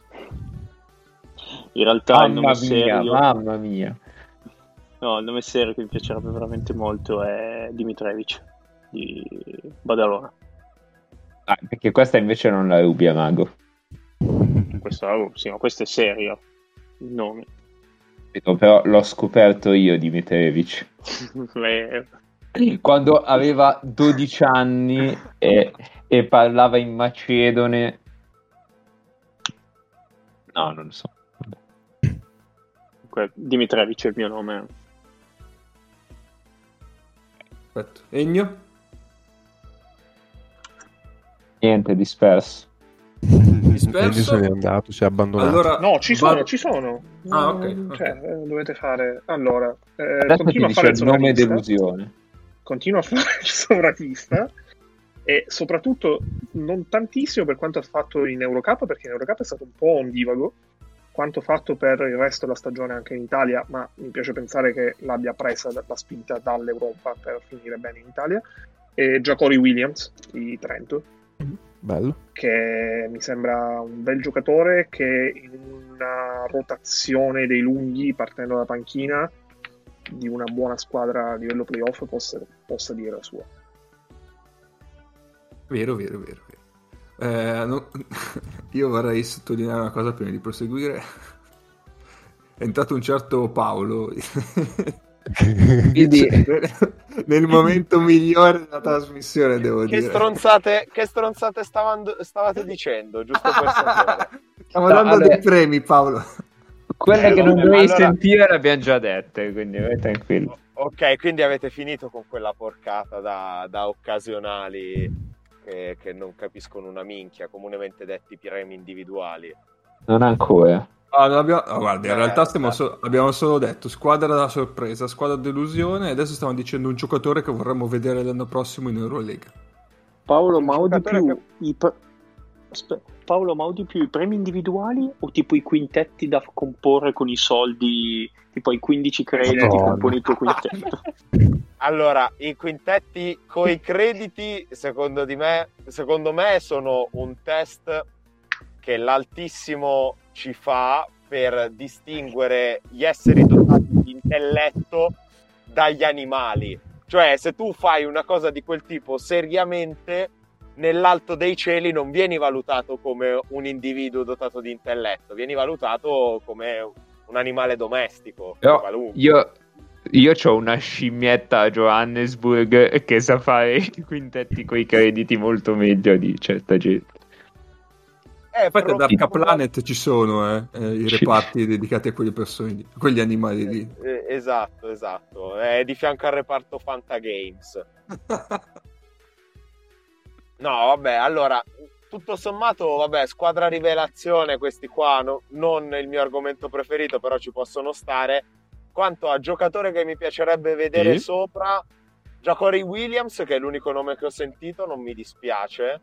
In realtà il nome serio... Mamma mia. No, il nome serio che mi piacerebbe veramente molto è Dimitrievich di Badalona. Perché questa invece non la rubi a Mago. Sì, ma questo è serio, il nome. Però l'ho scoperto io Dimitrievich quando aveva 12 anni e parlava in macedone. No, non lo so. Dimitrievich è il mio nome. Perfetto. Ennio? Niente, disperso. Ennio se n'è andato, si è abbandonato. Allora, no, ci sono. Ah, ok. Cioè, dovete fare... Allora, adesso continua ti a fare dice il nome delusione. Continua a fare il sovranista e soprattutto non tantissimo per quanto ha fatto in Eurocup, perché in Eurocup è stato un po' ondivago, quanto fatto per il resto della stagione anche in Italia, ma mi piace pensare che l'abbia presa la spinta dall'Europa per finire bene in Italia. E Ja'Cory Williams di Trento, bello, che mi sembra un bel giocatore che in una rotazione dei lunghi partendo dalla panchina di una buona squadra a livello playoff possa dire la sua. Vero. Io vorrei sottolineare una cosa prima di proseguire. È entrato un certo Paolo Quindi nel momento migliore della trasmissione, devo Che dire. stronzate stavate dicendo, giusto per sapere? Stiamo No, dando allora- dei premi, Paolo. quelle che non vabbè, dovevi allora- sentire le abbiamo già dette, quindi vai tranquillo. Ok, quindi avete finito con quella porcata da occasionali che non capiscono una minchia, comunemente detti premi individuali. Non ancora. Non abbiamo... guarda, in realtà abbiamo solo detto squadra da sorpresa, squadra delusione, e adesso stiamo dicendo un giocatore che vorremmo vedere l'anno prossimo in Eurolega. Paolo, Un ma odi giocatore più Paolo, ma odi più i premi individuali o tipo i quintetti da comporre con i soldi, tipo i 15 crediti Madonna. componi il tuo quintetto? Allora, i quintetti coi crediti, secondo me, sono un test che l'Altissimo ci fa per distinguere gli esseri dotati di intelletto dagli animali. Cioè, se tu fai una cosa di quel tipo seriamente, nell'alto dei cieli non vieni valutato come un individuo dotato di intelletto, vieni valutato come un animale domestico, Però qualunque. io ho una scimmietta a Johannesburg che sa fare i quintetti coi crediti molto meglio di certa gente. Infatti ad Arca proprio- Planet ci sono i Sì. reparti dedicati a quelle persone lì, a quegli animali lì. Esatto. È di fianco al reparto Fantagames. No, vabbè, allora, tutto sommato, vabbè, squadra rivelazione, questi qua, non il mio argomento preferito, però ci possono stare. Quanto a giocatore che mi piacerebbe vedere Sì. sopra, Ja'Cory Williams, che è l'unico nome che ho sentito, non mi dispiace.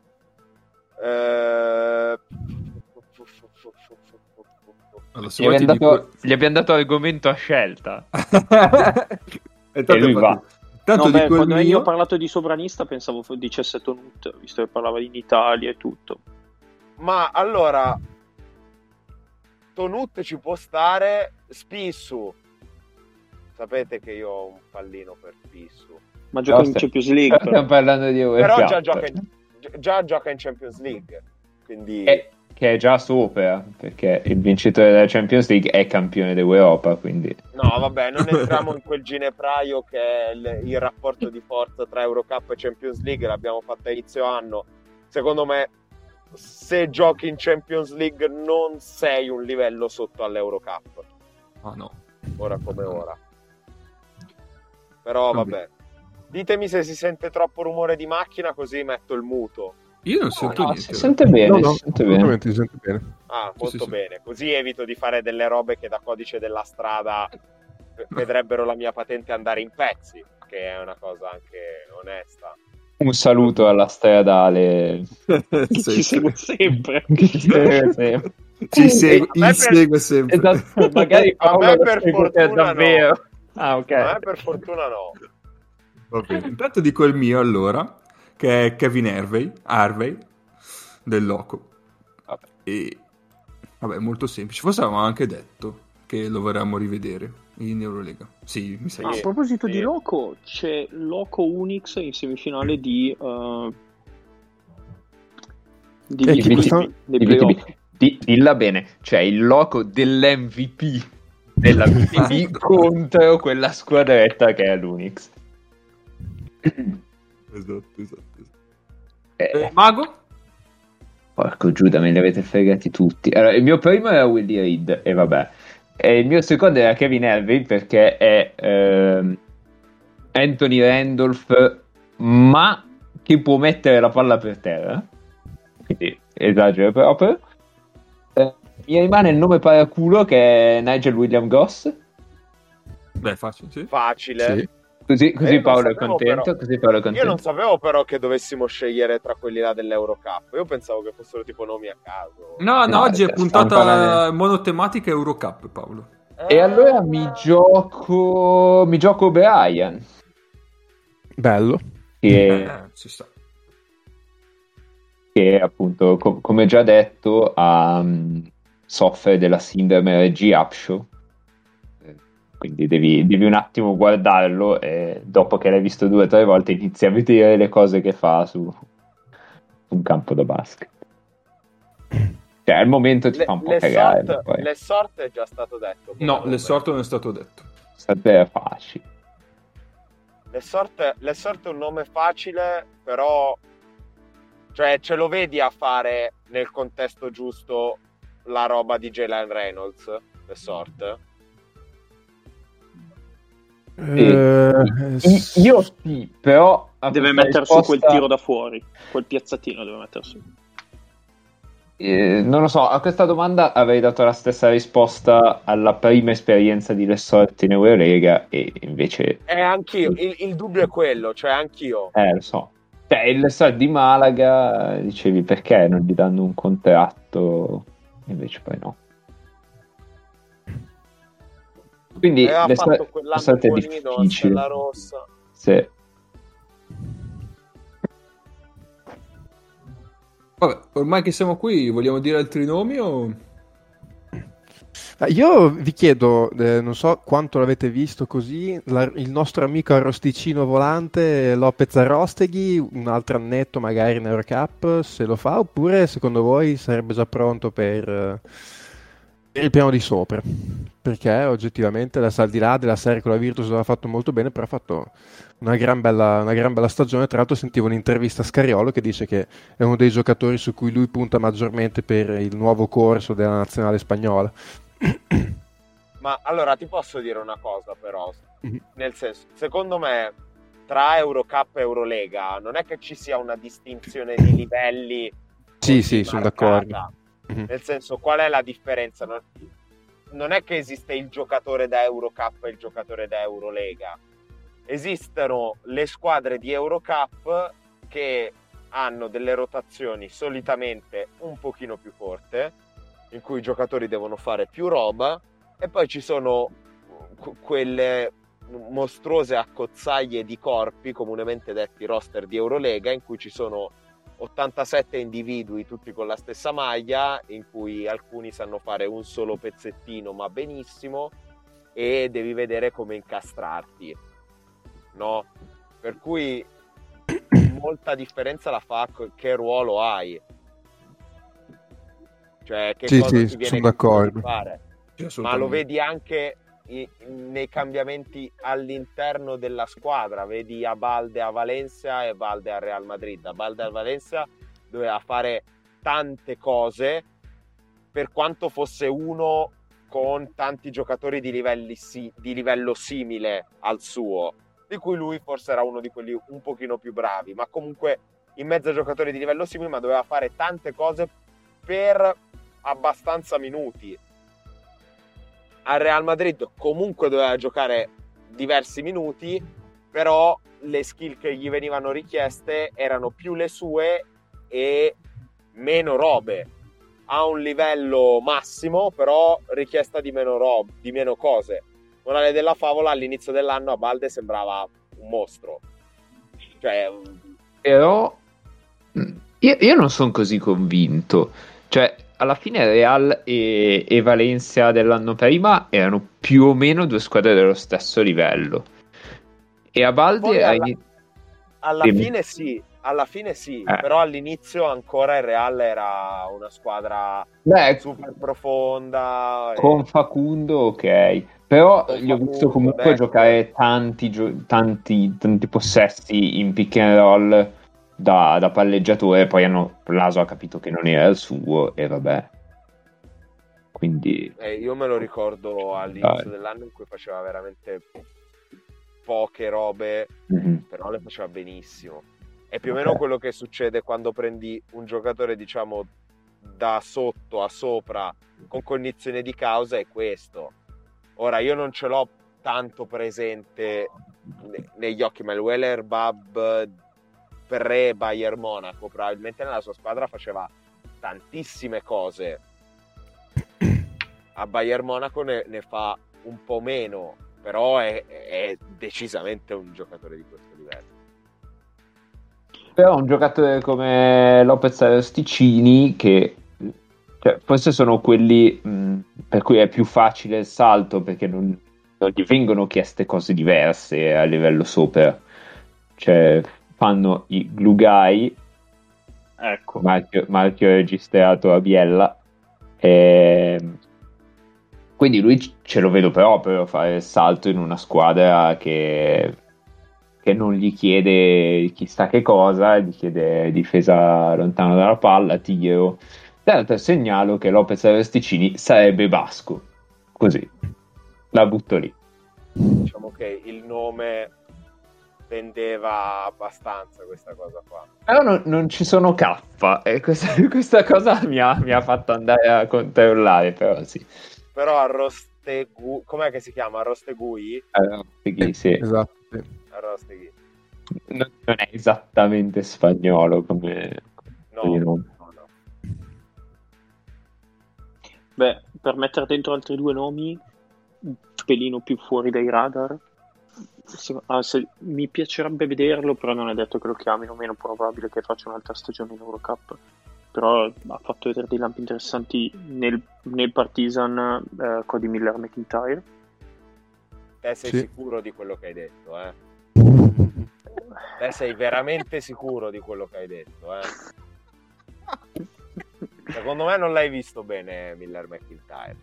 Allora, se Gli vuoi ti abbiamo dato argomento a scelta. E tanto E lui infatti- va. Tanto No, beh, dico il quando io mio. ho parlato di sovranista pensavo dicesse Tonut, visto che parlava in Italia e tutto. Ma allora, Tonut ci può stare, Spissu. Sapete che io ho un pallino per Spissu. Ma gioca in Però Champions League. Stiamo Però. parlando di Però UEFA. già gioca in Champions League. Quindi Che è già sopra, perché il vincitore della Champions League è campione d'Europa, quindi no, vabbè, non entriamo in quel ginepraio che è il rapporto di forza tra Eurocup e Champions League, l'abbiamo fatta a inizio anno. Secondo me, se giochi in Champions League non sei un livello sotto all'Eurocup, Ah, no. ora come ora. Però vabbè. Ditemi se si sente troppo rumore di macchina, così metto il muto. Io non sento no, niente. si sente bene, No, no, si sente bene. assolutamente si sente bene. Ah, molto sì. bene. Così evito di fare delle robe che da codice della strada vedrebbero la mia patente andare in pezzi, che è una cosa anche onesta. Un saluto alla stradale. Ci segue sempre. Ci segue, A me per- insegue sempre. Esatto, magari A me Paolo per lo segue fortuna davvero. no. Ah, ok. A me per fortuna no. Va bene. Intanto dico il mio allora, che è Kevin Harvey del Loco. Vabbè. E vabbè, molto semplice. Forse avevamo anche detto che lo vorremmo rivedere in Eurolega. Sì, mi sa A di sì. proposito di Sì. Loco, c'è Loco Unix in semifinale di dei playoff. Dilla bene, cioè il loco dell'MVP della VTB contro quella squadretta che è l'Unix. Esatto. Eh, Mago? Porco Giuda, me li avete fregati tutti. Allora, il mio primo era Willie Reed, e vabbè. E il mio secondo era Kevin Harvey, perché è Anthony Randolph, ma che può mettere la palla per terra. Quindi esagero proprio. Mi rimane il nome paraculo, che è Nigel William Goss. Beh, facile, sì. Facile. Sì. Così Io non Paolo è sapevo, contento. però. Così Paolo è Io non contento. sapevo però che dovessimo scegliere tra quelli là dell'Eurocup. Io pensavo che fossero tipo nomi a caso. No, No, oggi è stiamo puntata parlando- monotematica Eurocup, Paolo. E allora mi gioco Brian, Bello. Ci sta. che appunto, come già detto, soffre della sindrome Reggie Upshaw. Quindi devi un attimo guardarlo, e dopo che l'hai visto 2 o 3 volte inizi a vedere le cose che fa su un campo da basket. Cioè, al momento ti fa un po' cagare. L'Essort è già stato detto. No, l'Essort non è stato detto. Sarebbe facile. L'Essort è un nome facile, però cioè ce lo vedi a fare nel contesto giusto la roba di Jalen Reynolds, l'Essort? Io sì, però deve mettere su quel tiro da fuori, quel piazzatino deve mettere su. Non lo so, a questa domanda avrei dato la stessa risposta alla prima esperienza di Lessort in Eurolega e invece... anch'io, il dubbio è quello, cioè anch'io. Lo so. Cioè, il Lessort di Malaga, dicevi perché non gli danno un contratto, invece poi no. Quindi fatto quell'anno è difficile. La rossa. Sì. Vabbè, ormai che siamo qui, vogliamo dire altri nomi o... Io vi chiedo, non so quanto l'avete visto così, il nostro amico arrosticino volante Lopez Arrosteghi, un altro annetto magari in Eurocup, se lo fa, oppure secondo voi sarebbe già pronto per il piano di sopra? Perché oggettivamente, al di là della serie con la Virtus aveva fatto molto bene, però ha fatto una gran bella stagione. Tra l'altro sentivo un'intervista a Scariolo che dice che è uno dei giocatori su cui lui punta maggiormente per il nuovo corso della nazionale spagnola. Ma allora ti posso dire una cosa però, nel senso, secondo me tra Eurocup e Eurolega non è che ci sia una distinzione di livelli. Sì, sono d'accordo. Nel senso, qual è la differenza? Non è che esiste il giocatore da Eurocup e il giocatore da Eurolega. Esistono le squadre di Eurocup che hanno delle rotazioni solitamente un pochino più corte, in cui i giocatori devono fare più roba, e poi ci sono quelle mostruose accozzaglie di corpi, comunemente detti roster di Eurolega, in cui ci sono 87 individui tutti con la stessa maglia, in cui alcuni sanno fare un solo pezzettino ma benissimo, e devi vedere come incastrarti, no? Per cui molta differenza la fa che ruolo hai, cioè che cosa ti viene sono d'accordo. fare. Ma lo vedi anche nei cambiamenti all'interno della squadra. Vedi Abalde a Valencia e Balde al Real Madrid. Abalde al Valencia doveva fare tante cose, per quanto fosse uno con tanti giocatori di livello simile al suo, di cui lui forse era uno di quelli un pochino più bravi, ma comunque in mezzo a giocatori di livello simile, ma doveva fare tante cose per abbastanza minuti. Al Real Madrid comunque doveva giocare diversi minuti, però le skill che gli venivano richieste erano più le sue e meno robe. A un livello massimo, però richiesta di meno cose. Morale della favola, all'inizio dell'anno a Balde sembrava un mostro. Cioè, però io non sono così convinto. Cioè, alla fine Real e Valencia dell'anno prima erano più o meno due squadre dello stesso livello. E a Balde alla fine sì, però all'inizio ancora il Real era una squadra super profonda. Con Facundo, ok. Però gli ho visto comunque giocare tanti possessi in pick and roll da palleggiatore, poi Laso ha capito che non era il suo e vabbè. Quindi io me lo ricordo all'inizio dell'anno in cui faceva veramente poche robe, però le faceva benissimo. È più o meno quello che succede quando prendi un giocatore, diciamo, da sotto a sopra con cognizione di causa, è questo. Ora io non ce l'ho tanto presente negli occhi, ma il Weller Bab pre-Bayern Monaco probabilmente nella sua squadra faceva tantissime cose. A Bayern Monaco ne fa un po' meno, però è decisamente un giocatore di questo livello. Però un giocatore come Lopez Arosticini, che forse sono quelli per cui è più facile il salto, perché non gli vengono chieste cose diverse a livello sopra. Cioè fanno i glue guy Ecco. marchio registrato a Biella. Quindi lui ce lo vedo proprio fare il salto in una squadra che non gli chiede chissà che cosa, gli chiede difesa lontano dalla palla, tiro. Tra l'altro segnalo che Lopez Arosticini sarebbe basco, così, la butto lì. Diciamo che il nome vendeva abbastanza questa cosa qua. Però non ci sono K, e questa cosa mi ha fatto andare a controllare, però sì. Però Arrostegui, com'è che si chiama? Arrostegui? Sì. Esatto, sì. Arrostegui. Non è esattamente spagnolo come No. nome. Beh, per mettere dentro altri due nomi, un pelino più fuori dai radar, mi piacerebbe vederlo, però non è detto che lo chiamino, meno probabile che faccia un'altra stagione in Eurocup. Però ha fatto vedere dei lampi interessanti nel Partizan, Cody Miller-McIntyre. Te sei Sì. sicuro di quello che hai detto, Te sei veramente sicuro di quello che hai detto, Secondo me non l'hai visto bene Miller-McIntyre.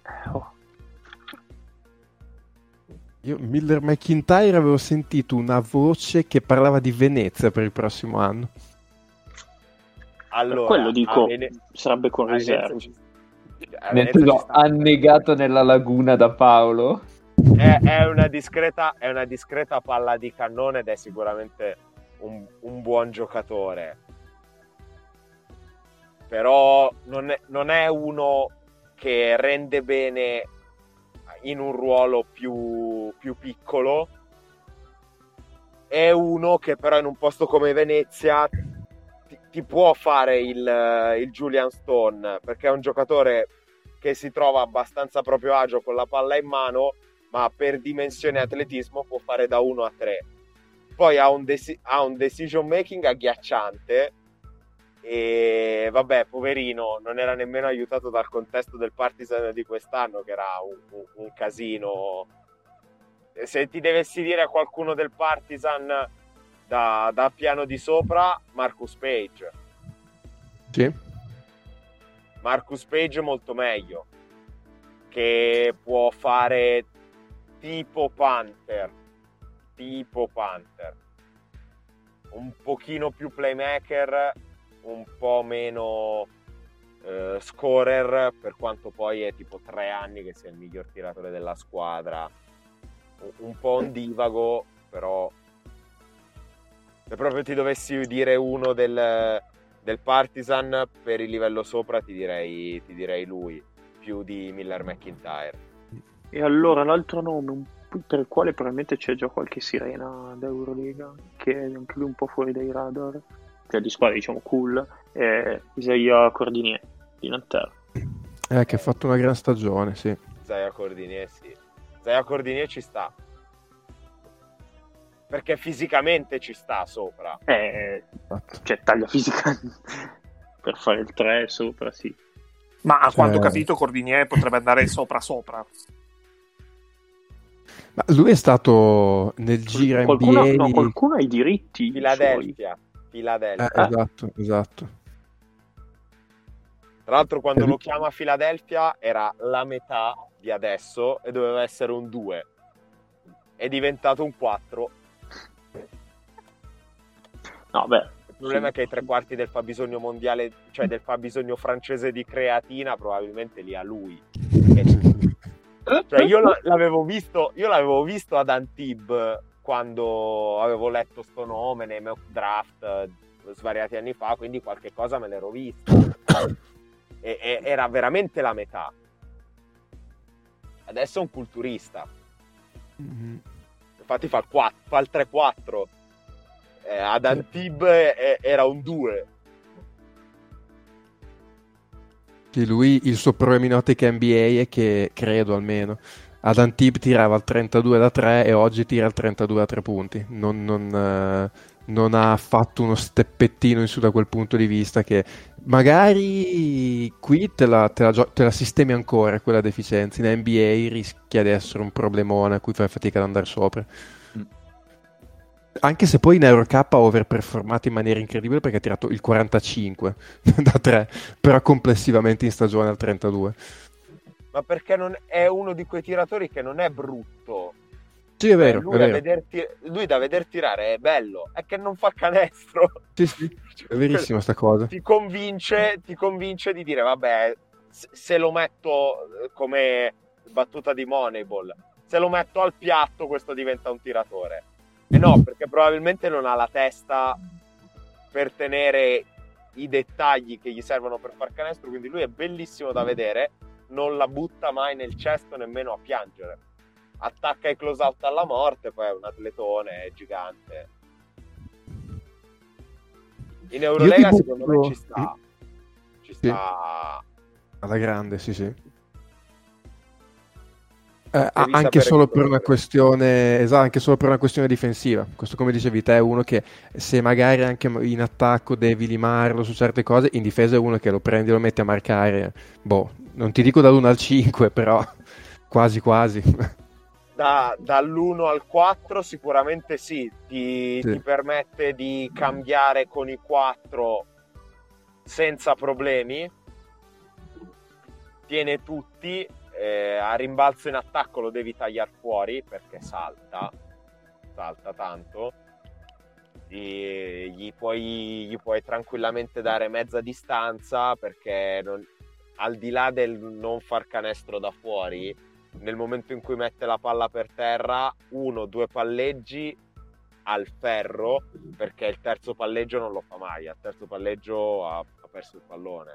Io Miller McIntyre avevo sentito una voce che parlava di Venezia per il prossimo anno. Allora, Quello dico, a sarebbe con a Venezia riserve. a Venezia ci sta. Annegato nella laguna da Paolo. È una discreta palla di cannone ed è sicuramente un buon giocatore. Però non è uno che rende bene in un ruolo più piccolo. È uno che però in un posto come Venezia ti può fare il Julian Stone, perché è un giocatore che si trova abbastanza proprio agio con la palla in mano, ma per dimensione e atletismo può fare da 1 a 3. Poi ha un decision making agghiacciante e vabbè, poverino, non era nemmeno aiutato dal contesto del Partizan di quest'anno, che era un casino. Se ti dovessi dire a qualcuno del Partizan da piano di sopra, Marcus Page. Sì. Marcus Page molto meglio, che può fare tipo Panther, un pochino più playmaker, un po' meno scorer, per quanto poi è tipo 3 anni che sia il miglior tiratore della squadra, un po' ondivago, però se proprio ti dovessi dire uno del Partizan per il livello sopra, ti direi lui più di Miller-McIntyre. E allora l'altro nome per il quale probabilmente c'è già qualche sirena d'Eurolega, che è anche lui un po' fuori dai radar, cioè di squadra diciamo cool, è Isaiah Cordinier di Nanterre. Che ha fatto una gran stagione, sì. Isaiah Cordinier ci sta, perché fisicamente ci sta sopra. Cioè taglia fisica per fare il 3 sopra, sì. Ma a quanto ho capito Cordinier potrebbe andare sopra. Ma lui è stato nel giro NBA. Qualcuno ha i diritti. Philadelphia. Esatto. Tra l'altro quando lo chiama Philadelphia era la metà di adesso e doveva essere un 2. È diventato un 4. No, beh. Il problema è che i 3/4 del fabbisogno mondiale, cioè del fabbisogno francese di creatina, probabilmente li ha lui. Cioè io l'avevo visto ad Antibes quando avevo letto sto nome nei mock draft svariati anni fa, quindi qualche cosa me l'ero vista e era veramente la metà. Adesso è un culturista, infatti fa il 3-4. Ad Antibes era un 2. Sì, lui il suo proeminotic NBA è che, credo almeno, ad Antibes tirava il 32 da 3 e oggi tira il 32 da 3 punti. Non ha fatto uno steppettino in su da quel punto di vista, che magari qui te la sistemi ancora quella deficienza. In NBA rischia di essere un problemone a cui fai fatica ad andare sopra. Anche se poi in Eurocup ha overperformato in maniera incredibile perché ha tirato il 45 da 3, però complessivamente in stagione al 32. Ma perché non è uno di quei tiratori che non è brutto. Sì, è vero, lui, è vero. Lui da veder tirare è bello, è che non fa canestro. Sì, è verissima sta cosa. Ti convince di dire, vabbè, se lo metto come battuta di Moneyball, se lo metto al piatto questo diventa un tiratore. E no, perché probabilmente non ha la testa per tenere i dettagli che gli servono per far canestro, quindi lui è bellissimo da vedere, non la butta mai nel cesto nemmeno a piangere. Attacca i close out alla morte, poi è un atletone, è gigante. In Eurolega secondo me ci sta. Ci sta alla grande, sì. Anche solo per una questione, esatto, anche solo per una questione difensiva. Questo, come dicevi te, è uno che se magari anche in attacco devi limarlo su certe cose, in difesa è uno che lo prendi e lo metti a marcare, non ti dico dall'1 al 5, però quasi. Dall'1 al 4 sicuramente sì. Ti permette di cambiare con i 4 senza problemi, tiene tutti. A rimbalzo in attacco lo devi tagliare fuori perché salta tanto. Gli puoi tranquillamente dare mezza distanza perché al di là del non far canestro da fuori, nel momento in cui mette la palla per terra, 1-2 palleggi al ferro, perché il terzo palleggio non lo fa mai. Al terzo palleggio ha perso il pallone.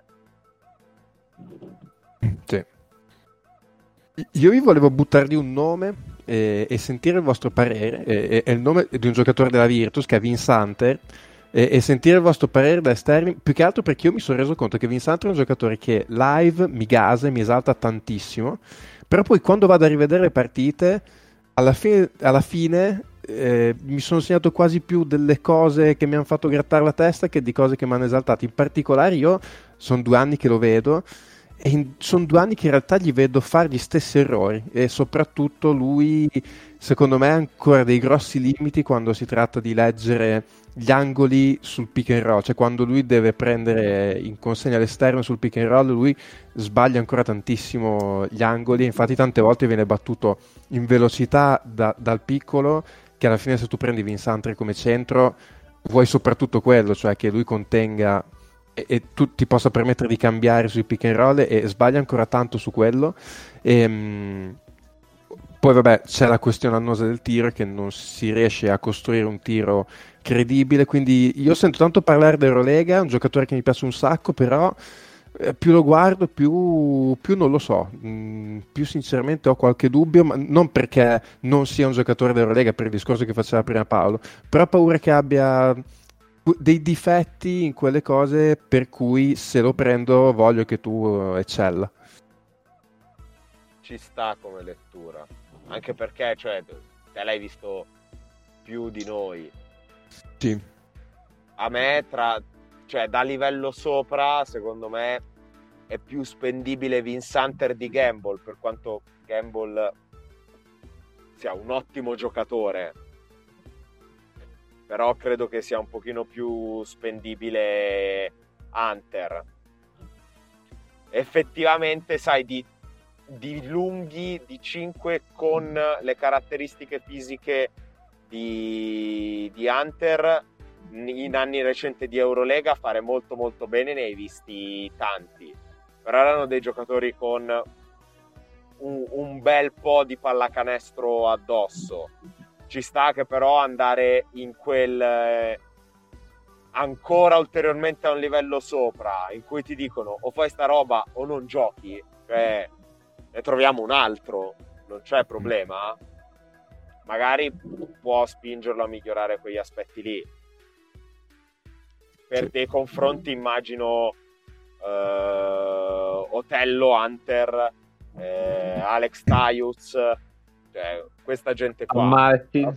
Sì. Io vi volevo buttare di un nome e sentire il vostro parere. È il nome di un giocatore della Virtus che è Vince Hunter, e sentire il vostro parere da esterni, più che altro perché io mi sono reso conto che Vince Hunter è un giocatore che live mi gasa e mi esalta tantissimo, però poi quando vado a rivedere le partite alla fine mi sono segnato quasi più delle cose che mi hanno fatto grattare la testa che di cose che mi hanno esaltato. In particolare io sono 2 anni che lo vedo e sono 2 anni che in realtà gli vedo fare gli stessi errori, e soprattutto lui secondo me ha ancora dei grossi limiti quando si tratta di leggere gli angoli sul pick and roll, cioè quando lui deve prendere in consegna all'esterno sul pick and roll lui sbaglia ancora tantissimo gli angoli, infatti tante volte viene battuto in velocità dal piccolo, che alla fine se tu prendi Vince Hunter come centro vuoi soprattutto quello, cioè che lui contenga e tu ti possa permettere di cambiare sui pick and roll, e sbaglia ancora tanto su quello. Poi vabbè c'è la questione annosa del tiro, che non si riesce a costruire un tiro credibile, quindi io sento tanto parlare dell'Eurolega, un giocatore che mi piace un sacco, però più lo guardo più non lo so, più sinceramente ho qualche dubbio, ma non perché non sia un giocatore dell'Eurolega, per il discorso che faceva prima Paolo, però ho paura che abbia dei difetti in quelle cose per cui se lo prendo voglio che tu eccella. Ci sta come lettura, anche perché cioè te l'hai visto più di noi. Sì. A me da livello sopra secondo me è più spendibile Vince Hunter di Gamble, per quanto Gamble sia un ottimo giocatore, però credo che sia un pochino più spendibile Hunter. Effettivamente sai di lunghi di 5 con le caratteristiche fisiche di Hunter in anni recenti di Eurolega fare molto molto bene ne hai visti tanti, però erano dei giocatori con un bel po' di pallacanestro addosso. Ci sta che però andare in quel ancora ulteriormente a un livello sopra, in cui ti dicono o fai sta roba o non giochi, cioè ne troviamo un altro, non c'è problema, magari può spingerlo a migliorare quegli aspetti lì. Per dei confronti immagino Otello, Hunter, Alex Tyus, cioè questa gente qua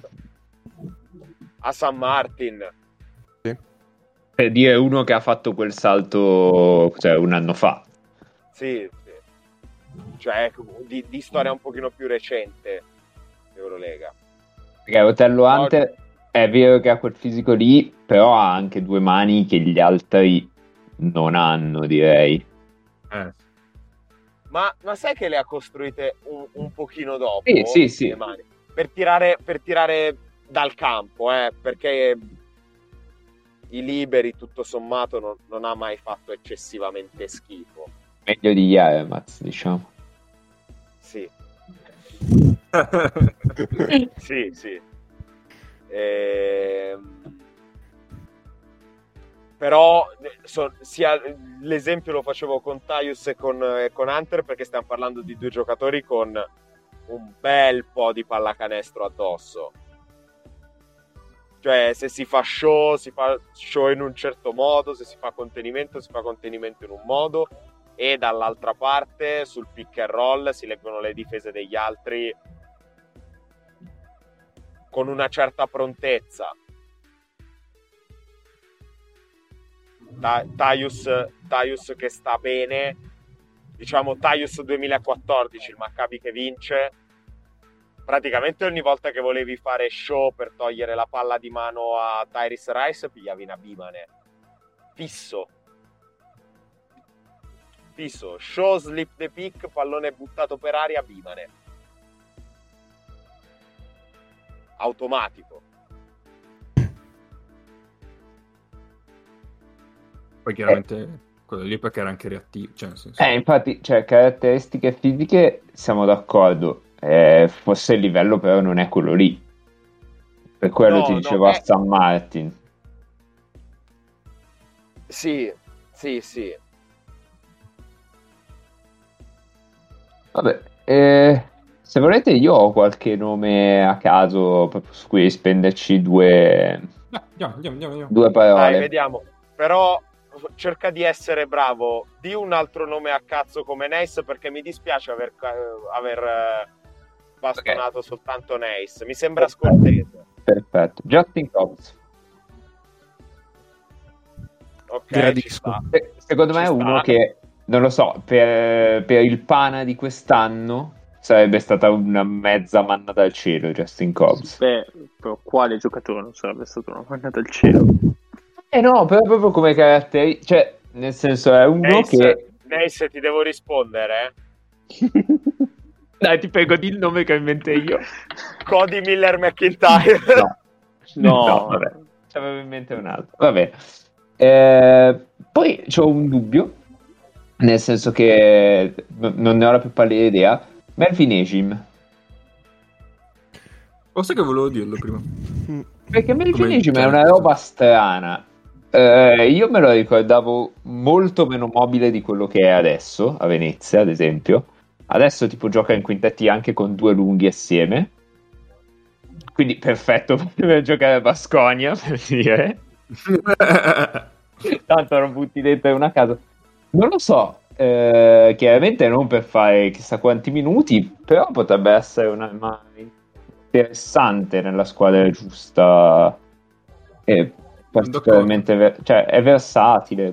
a San Martin, per dire uno che ha fatto quel salto, cioè, un anno fa. Sì. Cioè di storia un pochino più recente Eurolega, perché Otello Hunter è vero che ha quel fisico lì, però ha anche due mani che gli altri non hanno, direi. Ma sai che le ha costruite un pochino dopo? Sì. Le mani? Per tirare dal campo, perché i liberi, tutto sommato, non ha mai fatto eccessivamente schifo. Meglio di Yaremaz, diciamo. Sì. Sì. Però sia l'esempio lo facevo con Tyus e con Hunter, perché stiamo parlando di due giocatori con un bel po' di pallacanestro addosso. Cioè, se si fa show in un certo modo, se si fa contenimento in un modo, e dall'altra parte sul pick and roll si leggono le difese degli altri con una certa prontezza. Tyus che sta bene, diciamo Tyus 2014, il Maccabi che vince, praticamente ogni volta che volevi fare show per togliere la palla di mano a Tyrese Rice pigliavi una bimane fisso, show, slip the pick, pallone buttato per aria, bimane automatico. Poi chiaramente quello lì perché era anche reattivo, cioè nel senso... Infatti, cioè, caratteristiche fisiche siamo d'accordo, forse il livello però non è quello lì, per quello ti dicevo a San Martin. Sì. Vabbè, se volete io ho qualche nome a caso proprio su cui spenderci due parole. Dai, vediamo. Però cerca di essere bravo. Di un altro nome a cazzo come Neis, perché mi dispiace aver bastonato soltanto Neis. Mi sembra scortese. Perfetto. Justin Cobbs. Ok, ci sta. Secondo me è uno che, non lo so, per il Pana di quest'anno sarebbe stata una mezza manna dal cielo Justin Cobbs. Beh, però quale giocatore non sarebbe stata una manna dal cielo? No, però proprio come caratteri, cioè, nel senso è uno che... Neis, ti devo rispondere. Dai, ti prego, di il nome che ho in mente io. Cody Miller McIntyre. No, vabbè. C'avevo in mente un altro. Vabbè. Poi c'ho un dubbio, nel senso che non ne ho la più pallida idea. Melvin Ejim. Forse che volevo dirlo prima. Perché Melvin Ejim è una roba strana. Io me lo ricordavo molto meno mobile di quello che è adesso, a Venezia, ad esempio. Adesso tipo gioca in quintetti anche con due lunghi assieme. Quindi perfetto per giocare a Baskonia, per dire. Tanto lo butti dentro una casa. Non lo so, chiaramente non per fare chissà quanti minuti, però potrebbe essere una mano interessante nella squadra giusta e particolarmente cioè è versatile.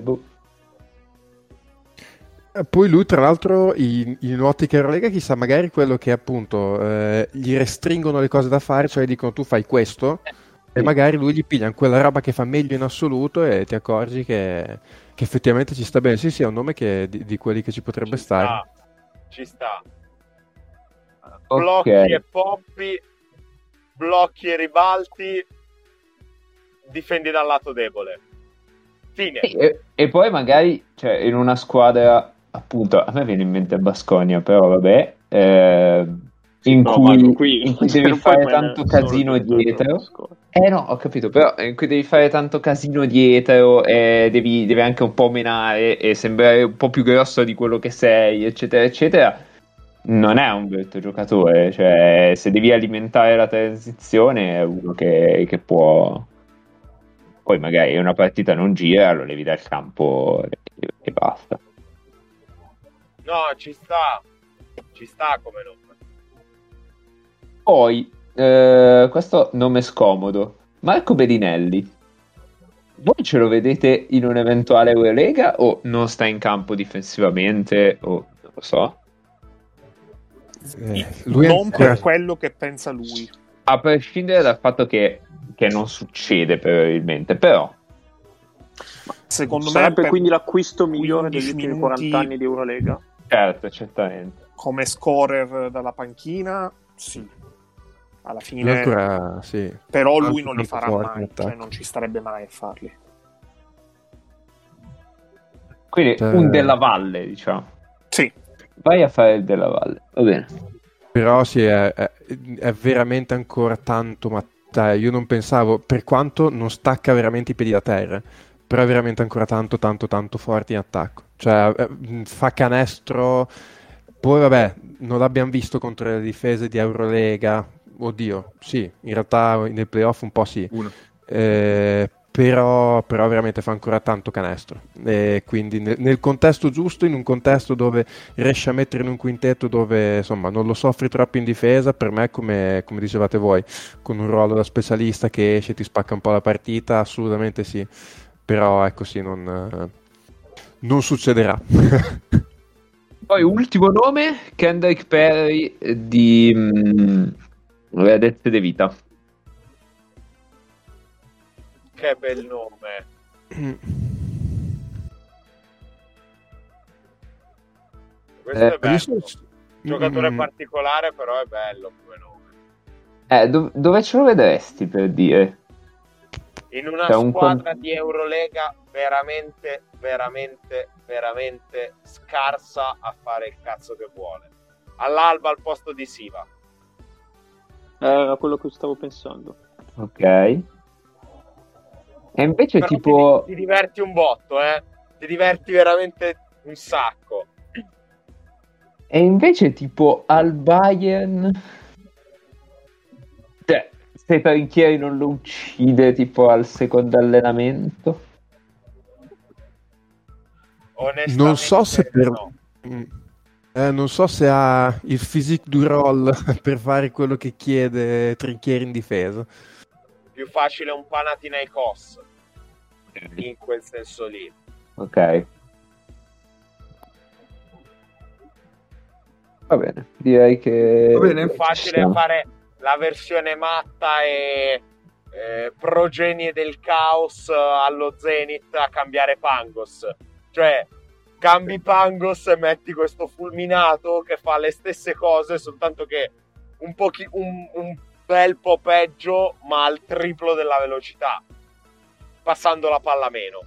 Poi lui tra l'altro in ottica Eurolega chissà magari quello che appunto gli restringono le cose da fare, cioè dicono tu fai questo e magari lui gli pigliano quella roba che fa meglio in assoluto e ti accorgi che effettivamente ci sta bene. Sì, è un nome che di quelli che ci potrebbe stare. Ci sta. Okay. Blocchi e poppi, blocchi e ribalti, difendi dal lato debole. Fine. E poi magari, cioè, in una squadra, appunto, a me viene in mente Baskonia, però vabbè, in cui devi fare tanto casino dietro. No, ho capito, però in cui devi fare tanto casino dietro e devi anche un po' menare e sembrare un po' più grosso di quello che sei, eccetera, eccetera. Non è un brutto giocatore, cioè se devi alimentare la transizione è uno che può... Poi magari una partita non gira, lo levi dal campo e basta. No, ci sta come nome. Poi, questo nome scomodo, Marco Bedinelli. Voi ce lo vedete in un'eventuale Eurolega o non sta in campo difensivamente o non lo so? Lui non per quello che pensa lui. a prescindere dal fatto che non succede probabilmente, però Secondo me Sarebbe quindi l'acquisto migliore 15 degli ultimi minuti 40 anni di Eurolega. certo, certamente. come scorer dalla panchina, sì. Alla Lui fine, ancora, sì. però Anche lui non li tanto farà forte in mai, attacco. cioè non ci starebbe mai a farli. Quindi Cioè- un Della Valle, diciamo. Sì, Vai a fare il Della Valle, va bene. Però sì, è veramente ancora tanto, ma dai, io non pensavo, per quanto non stacca veramente i piedi da terra, però è veramente ancora tanto, tanto, tanto forte in attacco. Cioè, fa canestro, poi vabbè, non l'abbiamo visto contro le difese di Eurolega, oddio, sì, in realtà nei playoff un po' sì. Uno. Però veramente fa ancora tanto canestro, e quindi nel contesto giusto, in un contesto dove riesce a mettere in un quintetto dove insomma non lo soffri troppo in difesa, per me come dicevate voi, con un ruolo da specialista che esce e ti spacca un po' la partita, assolutamente sì, però ecco sì, non succederà. Poi ultimo nome, Kendrick Perry di Red Dead De Vita. Che bel nome. Questo è bello. Giocatore particolare, però è bello come nome. Dove ce lo vedresti, per dire? In una C'è un squadra di Eurolega veramente, veramente, veramente scarsa a fare il cazzo che vuole. All'Alba al posto di Siva. Era quello che stavo pensando. Ok. E invece Però tipo... ti diverti un botto, ti diverti veramente un sacco. E invece tipo al Bayern... Cioè, se Trinchieri non lo uccide tipo al secondo allenamento? Onestamente Non so se per... no. non so se ha il physique du role per fare quello che chiede Trinchieri in difesa. Più facile un Panathinaikos in quel senso lì. Ok. Va bene, direi che... Va bene. Più facile fare la versione matta e progenie del caos allo Zenith a cambiare Pangos. Cioè, cambi Pangos e metti questo fulminato che fa le stesse cose, soltanto che un bel po' peggio, ma al triplo della velocità, passando la palla meno.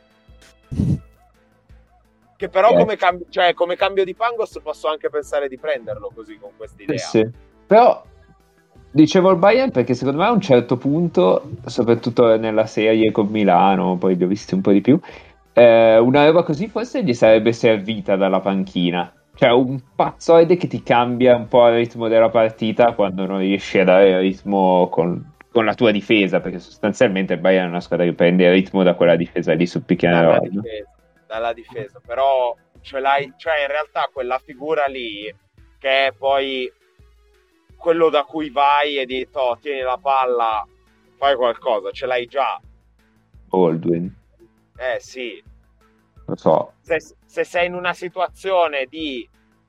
Che però come cambio di Pangos posso anche pensare di prenderlo così, con questa idea. Sì. Però dicevo il Bayern perché secondo me a un certo punto, soprattutto nella serie con Milano, poi li ho visti un po' di più, una roba così forse gli sarebbe servita dalla panchina. Cioè un pazzoide che ti cambia un po' il ritmo della partita quando non riesci a dare ritmo con la tua difesa, perché sostanzialmente il Bayern è una squadra che prende il ritmo da quella difesa lì sul pick and roll. Dalla difesa, però ce l'hai, cioè in realtà quella figura lì che è poi quello da cui vai e dici tieni la palla, fai qualcosa, ce l'hai già. Baldwin. Sì, Lo so. se sei in una situazione di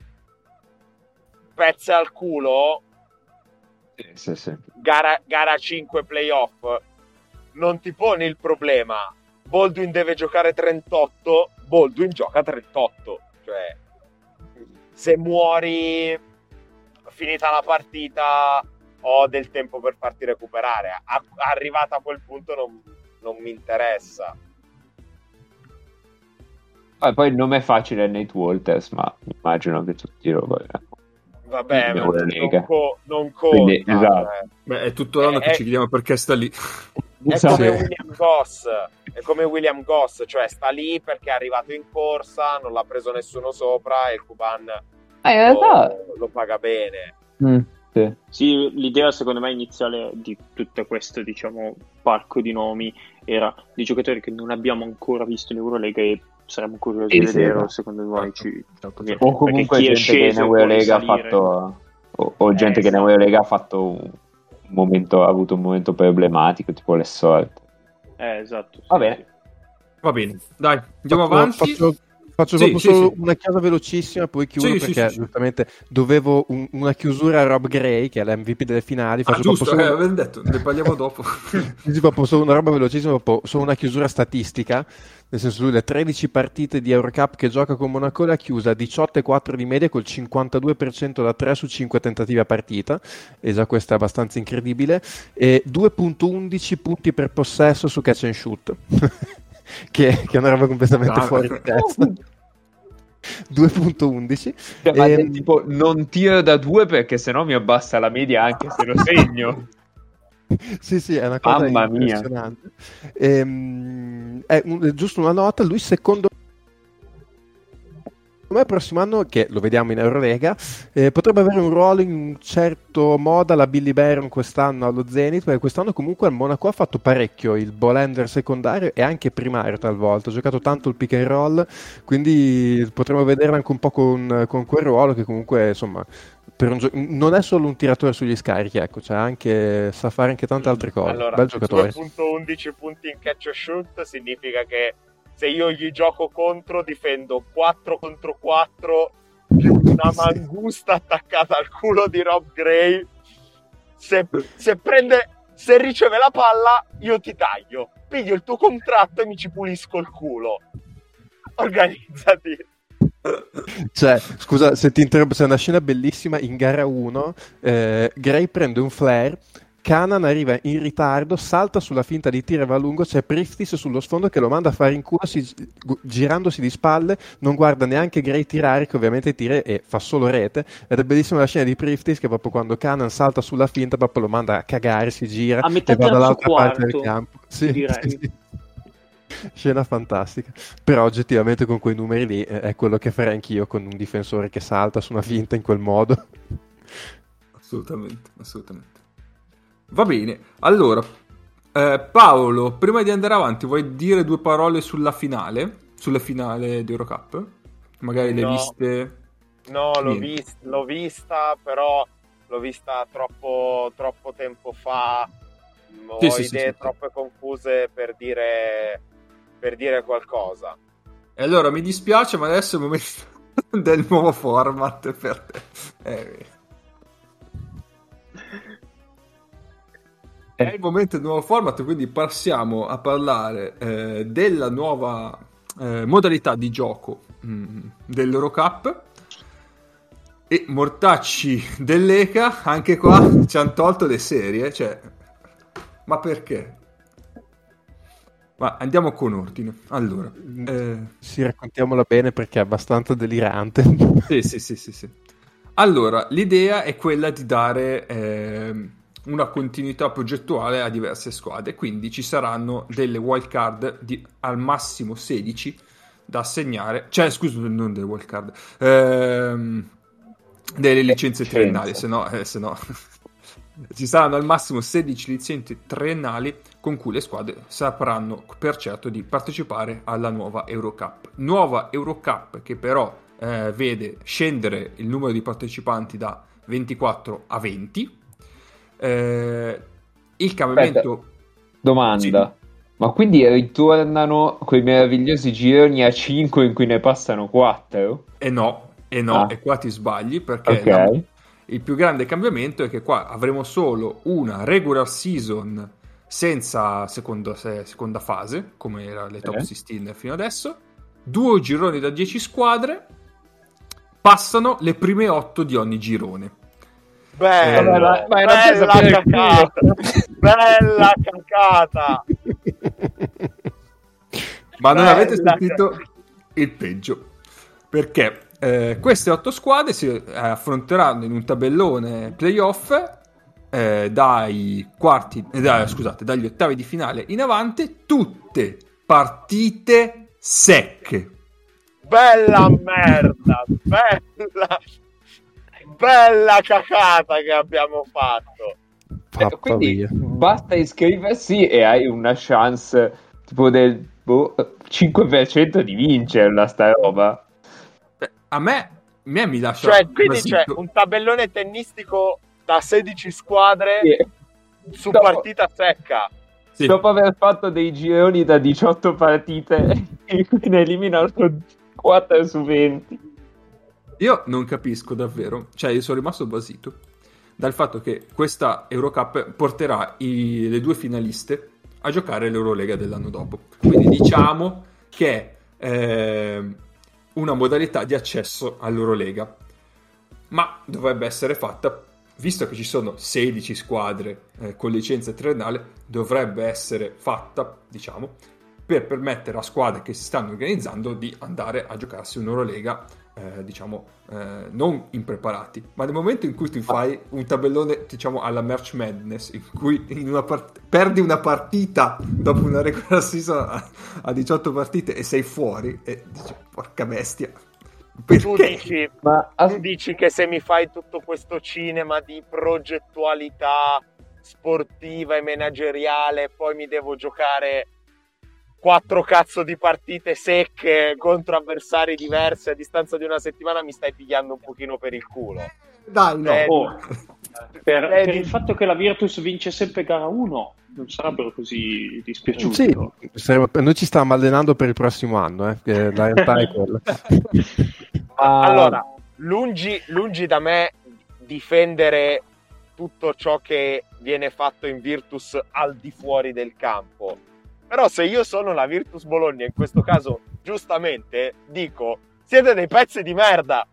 pezzi al culo, Sì. gara 5 playoff, non ti poni il problema. Baldwin deve giocare 38, Baldwin gioca 38. Cioè, se muori finita la partita, ho del tempo per farti recuperare. Arrivata a quel punto non mi interessa. Poi non è facile Nate Walters, ma immagino che tutti lo vogliano. Vabbè, ma non conta. Quindi, esatto. Beh, è tutto l'anno che ci chiediamo perché sta lì. È come William Goss. È come William Goss, cioè sta lì perché è arrivato in corsa, non l'ha preso nessuno sopra e il Cuban lo paga bene. Sì, l'idea secondo me iniziale di tutto questo, diciamo, parco di nomi era di giocatori che non abbiamo ancora visto in Eurolega e saremmo curiosi di vedere, secondo voi. O comunque gente che in Eurolega ha fatto o gente che in Eurolega ha fatto ha avuto un momento problematico, tipo le sorte. Esatto. Sì, Va bene. Va bene, dai, andiamo avanti. Faccio Sì, proprio sì, solo sì. una chiusa velocissima, poi chiudo Sì, sì, perché sì, sì. giustamente dovevo una chiusura a Rob Gray, che è l'MVP delle finali. Ah, Faccio proprio giusto, solo avevo detto, ne parliamo dopo. sì, proprio solo una roba velocissima, proprio solo una chiusura statistica. Nel senso, lui le 13 partite di Eurocup che gioca con Monaco le ha chiuse a 18,4 di media col 52% da 3 su 5 tentativi a partita, e già questo è abbastanza incredibile, e 2,11 punti per possesso su catch and shoot, che è una roba completamente No, fuori di testa. 2,11. Cioè, ma tipo non tiro da 2 perché sennò mi abbassa la media anche se lo segno. Sì, è una cosa Mamma mia. impressionante. Giusto una nota, lui secondo me il prossimo anno, che lo vediamo in Eurolega, potrebbe avere un ruolo in un certo modo alla Billy Baron quest'anno allo Zenit, perché quest'anno comunque al Monaco ha fatto parecchio il ball handler secondario e anche primario talvolta, ha giocato tanto il pick and roll, quindi potremmo vederlo anche un po' con quel ruolo che comunque insomma non è solo un tiratore sugli scarichi, ecco, sa fare anche tante altre cose. Allora, Bel giocatore. 2.11 punti in catch and shoot significa che se io gli gioco contro difendo 4 contro 4 più una mangusta attaccata al culo di Rob Gray. Se riceve la palla io ti taglio, piglio il tuo contratto e mi ci pulisco il culo. Organizzati. Cioè, scusa se ti interrompo, c'è una scena bellissima in gara 1, Gray prende un flare, Canan arriva in ritardo, salta sulla finta di tiro e va a lungo, c'è Priftis sullo sfondo che lo manda a fare in culo girandosi di spalle, non guarda neanche Gray tirare, che ovviamente tira e fa solo rete, ed è bellissima la scena di Priftis che proprio quando Canan salta sulla finta proprio lo manda a cagare, si gira A metà e va dall'altra terzo parte del quarto, campo. Sì, direi. sì. Scena fantastica, però oggettivamente con quei numeri lì è quello che farei anch'io con un difensore che salta su una finta in quel modo. Assolutamente. Va bene, allora Paolo, prima di andare avanti vuoi dire due parole sulle finale di Eurocup? Magari le viste? No, l'ho vista, però l'ho vista troppo tempo fa. Ho idee troppo confuse per dire qualcosa. E allora mi dispiace, ma adesso è il momento del nuovo format per te. È il momento del nuovo format, quindi passiamo a parlare della nuova modalità di gioco dell'Eurocup. E mortacci dell'ECA, anche qua ci hanno tolto le serie, cioè, ma perché? Ma andiamo con ordine. Allora, sì, raccontiamola bene perché è abbastanza delirante. Sì. Allora, l'idea è quella di dare una continuità progettuale a diverse squadre, quindi ci saranno delle wild card di al massimo 16 da assegnare, cioè scusa, non delle wild card, delle licenze triennali, se no ci saranno al massimo 16 licenze triennali con cui le squadre sapranno per certo di partecipare alla nuova Eurocup che però vede scendere il numero di partecipanti da 24 a 20. Il cambiamento. Domanda. Sì. Ma quindi ritornano quei meravigliosi gironi a 5 in cui ne passano 4? E qua ti sbagli perché il più grande cambiamento è che qua avremo solo una regular season senza seconda fase, come era le top 16 fino adesso, 2 gironi da 10 squadre, passano le prime 8 di ogni girone. Bella cacata. Ma non avete sentito il peggio, perché queste 8 squadre si affronteranno in un tabellone playoff dagli ottavi di finale in avanti, tutte partite secche. Bella merda, bella cacata che abbiamo fatto. Quindi basta iscriversi e hai una chance tipo del 5% di vincerla sta roba. A me mi lascia, cioè, quindi c'è un tabellone tennistico da 16 squadre su partita secca. Sì. Dopo aver fatto dei gironi da 18 partite in cui ne eliminano 4 su 20. Io non capisco davvero, cioè io sono rimasto basito dal fatto che questa Eurocup porterà le 2 finaliste a giocare l'Eurolega dell'anno dopo. Quindi diciamo che è una modalità di accesso all'Eurolega, ma dovrebbe essere fatta, visto che ci sono 16 squadre con licenza triennale, dovrebbe essere fatta, diciamo, per permettere a squadre che si stanno organizzando di andare a giocarsi un'Eurolega, non impreparati, ma nel momento in cui tu fai un tabellone, diciamo, alla March Madness, in cui perdi una partita dopo una regular season a 18 partite e sei fuori, e dici, porca bestia, perché? Tu dici che se mi fai tutto questo cinema di progettualità sportiva e manageriale, poi mi devo giocare 4 cazzo di partite secche contro avversari diversi a distanza di una settimana, mi stai pigliando un pochino per il culo. Dai, no. Per il fatto che la Virtus vince sempre gara 1 non sarebbero così dispiaciuti. Sì, noi ci stiamo allenando per il prossimo anno, che la realtà è quella. Allora, lungi da me difendere tutto ciò che viene fatto in Virtus al di fuori del campo. Però se io sono la Virtus Bologna, in questo caso giustamente dico, siete dei pezzi di merda.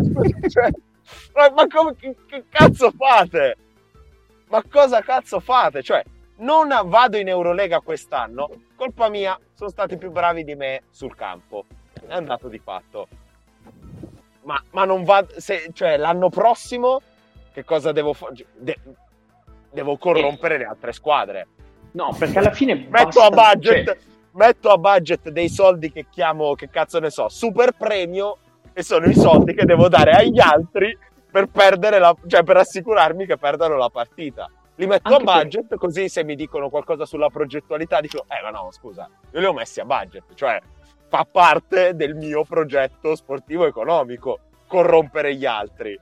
Ma che cazzo fate? Ma cosa cazzo fate? Cioè, non vado in Eurolega quest'anno, colpa mia, sono stati più bravi di me sul campo. È andato di fatto. Ma non va, cioè l'anno prossimo che cosa devo fare? Devo corrompere le altre squadre. No, perché alla fine metto a budget dei soldi che chiamo, che cazzo ne so, super premio, e sono i soldi che devo dare agli altri per perdere per assicurarmi che perdano la partita. Li metto anche a budget, così se mi dicono qualcosa sulla progettualità dico, ma no, scusa, io li ho messi a budget, cioè fa parte del mio progetto sportivo economico corrompere gli altri.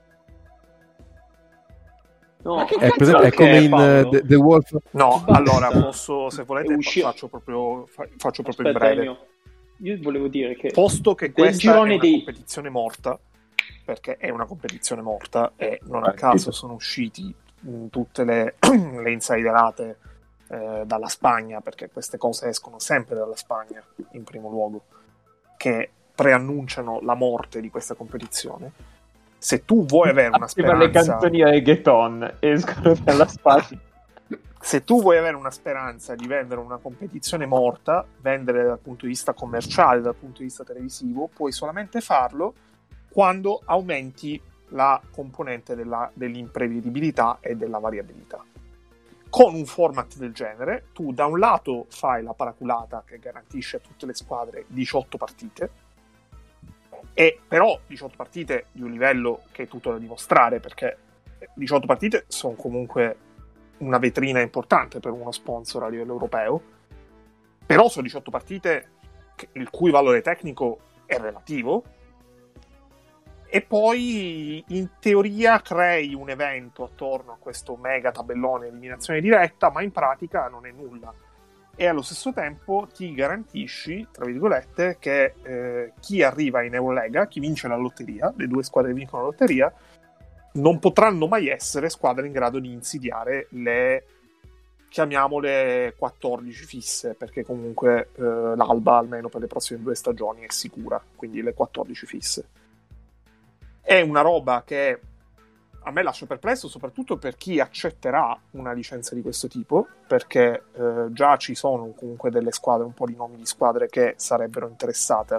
No, è come in The Wolf. No, allora posso, se volete, faccio proprio in breve. Io volevo dire che posto che questa è una competizione morta, perché è una competizione morta e non a caso sono usciti tutte le insiderate dalla Spagna, perché queste cose escono sempre dalla Spagna in primo luogo, che preannunciano la morte di questa competizione. Se tu vuoi avere una speranza, le canzoni reggaeton escono dalla Spagna. Se tu vuoi avere una speranza di vendere una competizione morta, vendere dal punto di vista commerciale, dal punto di vista televisivo, puoi solamente farlo quando aumenti la componente dell'imprevedibilità e della variabilità. Con un format del genere, tu da un lato fai la paraculata che garantisce a tutte le squadre 18 partite, e però 18 partite di un livello che è tutto da dimostrare, perché 18 partite sono comunque una vetrina importante per uno sponsor a livello europeo, però sono 18 partite il cui valore tecnico è relativo, e poi in teoria crei un evento attorno a questo mega tabellone eliminazione diretta, ma in pratica non è nulla. E allo stesso tempo ti garantisci, tra virgolette, che chi arriva in Eurolega, chi vince la lotteria, le 2 squadre che vincono la lotteria, non potranno mai essere squadre in grado di insidiare le, chiamiamole, 14 fisse, perché comunque l'Alba, almeno per le prossime 2 stagioni, è sicura, quindi le 14 fisse. È una roba che a me lascia perplesso, soprattutto per chi accetterà una licenza di questo tipo, perché già ci sono comunque delle squadre, un po' di nomi di squadre che sarebbero interessate a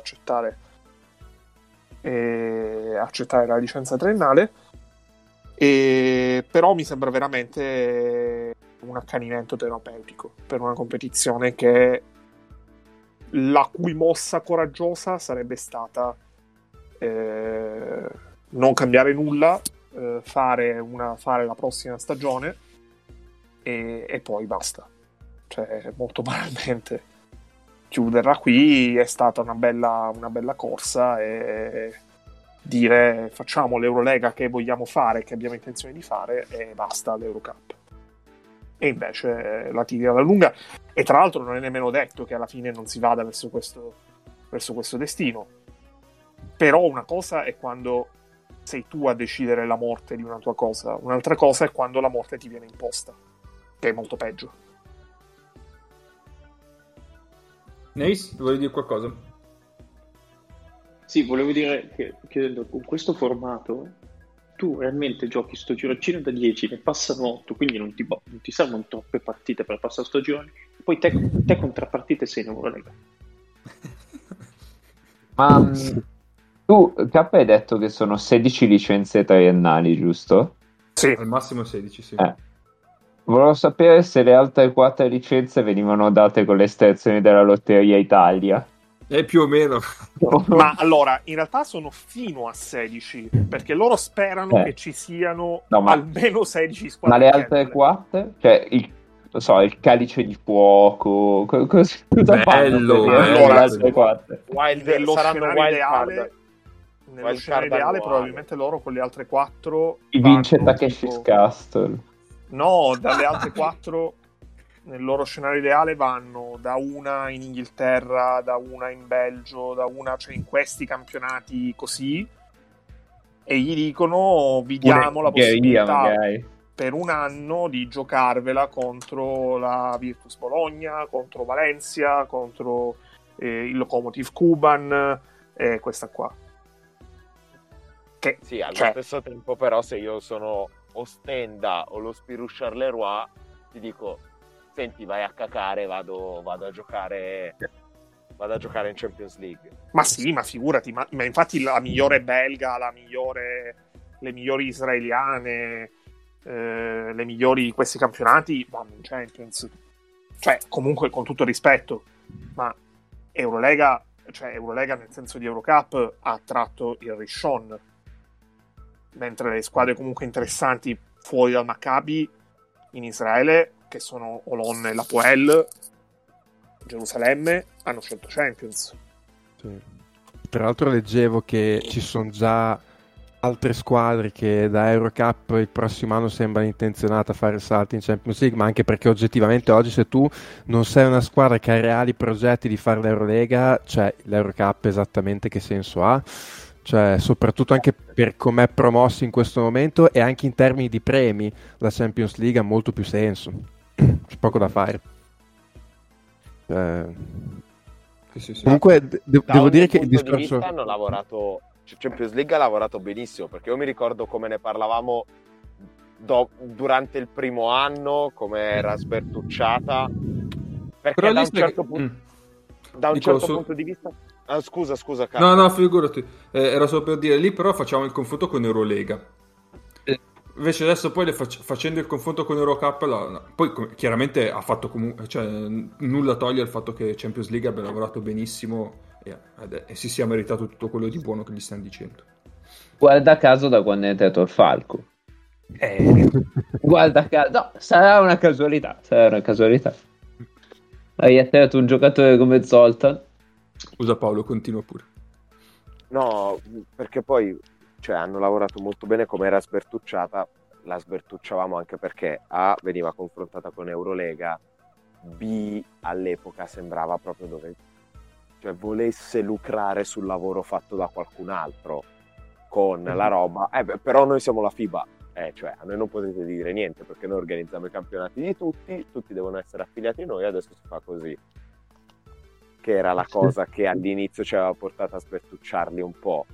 accettare la licenza triennale, però mi sembra veramente un accanimento terapeutico per una competizione la cui mossa coraggiosa sarebbe stata non cambiare nulla, fare la prossima stagione e poi basta, cioè molto banalmente chiuderla qui. È stata una bella corsa, e dire facciamo l'Eurolega che vogliamo fare, che abbiamo intenzione di fare, e basta l'Eurocup, e invece la tiri alla lunga. E tra l'altro non è nemmeno detto che alla fine non si vada verso questo destino. Però una cosa è quando sei tu a decidere la morte di una tua cosa, un'altra cosa è quando la morte ti viene imposta, che è molto peggio. Nace, vuoi dire qualcosa? Sì, volevo dire che con questo formato tu realmente giochi sto girocino da 10, ne passano 8, quindi non ti servono troppe partite per passare sto girone, poi te con 3 partite sei in Eurolega. Ma tu, K, hai detto che sono 16 licenze triennali, giusto? Sì. Al massimo 16, sì. Volevo sapere se le altre 4 licenze venivano date con le estrazioni della Lotteria Italia. Più o meno. Ma allora, in realtà sono fino a 16, perché loro sperano che ci siano almeno 16 squadre. Ma le altre 4? Cioè, il calice di fuoco, cosa bello, fanno per le altre 4? Nello saranno scenario ideale probabilmente loro con le altre 4 chi vince Takeshi's Castle. No, dalle altre 4 nel loro scenario ideale vanno da una in Inghilterra, da una in Belgio, da una, cioè in questi campionati così, e gli dicono vi diamo la possibilità per un anno di giocarvela contro la Virtus Bologna, contro Valencia, contro il Lokomotiv Kuban, questa qua. Che, sì, allo stesso tempo però se io sono Ostenda o lo Spirou Charleroi ti dico senti vai a cacare, vado a giocare in Champions League. Ma sì, ma figurati, ma infatti la migliore belga, le migliori israeliane, le migliori di questi campionati vanno in Champions. Cioè, comunque con tutto rispetto, ma Eurolega nel senso di Eurocup ha attratto il Rishon, mentre le squadre comunque interessanti fuori dal Maccabi in Israele, che sono Olon e l'Hapoel, Gerusalemme, hanno scelto Champions. Sì. Tra l'altro leggevo che ci sono già altre squadre che da Eurocup il prossimo anno sembrano intenzionate a fare il salto in Champions League, ma anche perché oggettivamente oggi se tu non sei una squadra che ha reali progetti di fare l'Eurolega, cioè l'Eurocup esattamente che senso ha? Cioè, soprattutto anche per com'è promosso in questo momento e anche in termini di premi, la Champions League ha molto più senso. C'è poco da fare. Sì. Comunque, devo dire che il discorso... hanno lavorato, Champions League ha lavorato benissimo, perché io mi ricordo come ne parlavamo durante il primo anno, come era sbertucciata, perché però da un certo punto di vista... scusa Carlo. No, figurati, era solo per dire, lì però facciamo il confronto con Eurolega. Invece adesso poi facendo il confronto con Eurocup, poi chiaramente ha fatto comunque, cioè nulla toglie al fatto che Champions League abbia lavorato benissimo e si sia meritato tutto quello di buono che gli stanno dicendo. Guarda caso da quando è entrato il Falco. Guarda caso, no, sarà una casualità. Hai attirato un giocatore come Zoltan. Scusa Paolo, continua pure. No, perché poi hanno lavorato molto bene come era sbertucciata, la sbertucciavamo anche perché A veniva confrontata con Eurolega, B all'epoca sembrava proprio volesse lucrare sul lavoro fatto da qualcun altro con la roba, però noi siamo la FIBA, a noi non potete dire niente perché noi organizziamo i campionati di tutti devono essere affiliati a noi, adesso si fa così, che era la cosa che all'inizio ci aveva portato a sbertucciarli un po'.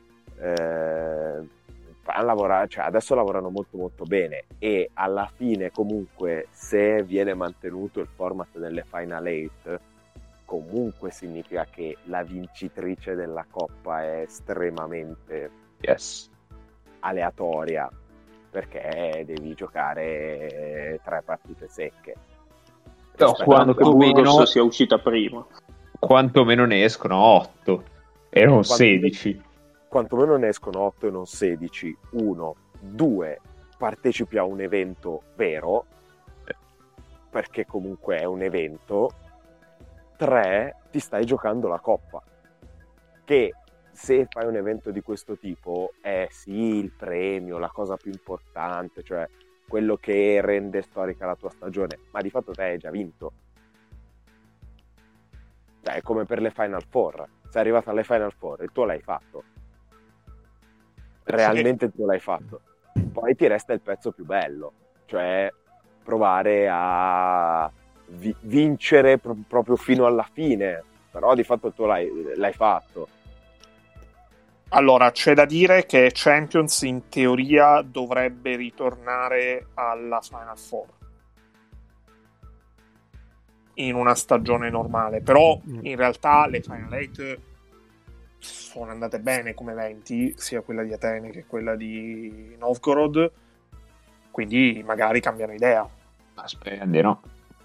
Adesso lavorano molto molto bene e alla fine comunque se viene mantenuto il format delle Final 8 comunque significa che la vincitrice della coppa è estremamente aleatoria, perché devi giocare 3 partite secche. Quando che Burgos sia uscita prima, quantomeno ne escono 8 e non 16. Quantomeno ne escono 8 e non 16. 1, 2, partecipi a un evento vero, perché comunque è un evento. 3, ti stai giocando la coppa, che se fai un evento di questo tipo è sì il premio, la cosa più importante, cioè quello che rende storica la tua stagione, ma di fatto te hai già vinto. È come per le Final Four. sei arrivato alle Final Four e tu l'hai fatto. Realmente tu l'hai fatto. Poi ti resta il pezzo più bello, cioè provare a vincere proprio fino alla fine, però di fatto tu l'hai fatto. Allora, c'è da dire che Champions in teoria dovrebbe ritornare alla Final Four in una stagione normale, però in realtà le Final 8 sono andate bene come eventi, sia quella di Atene che quella di Novgorod, quindi magari cambiano idea. Spero.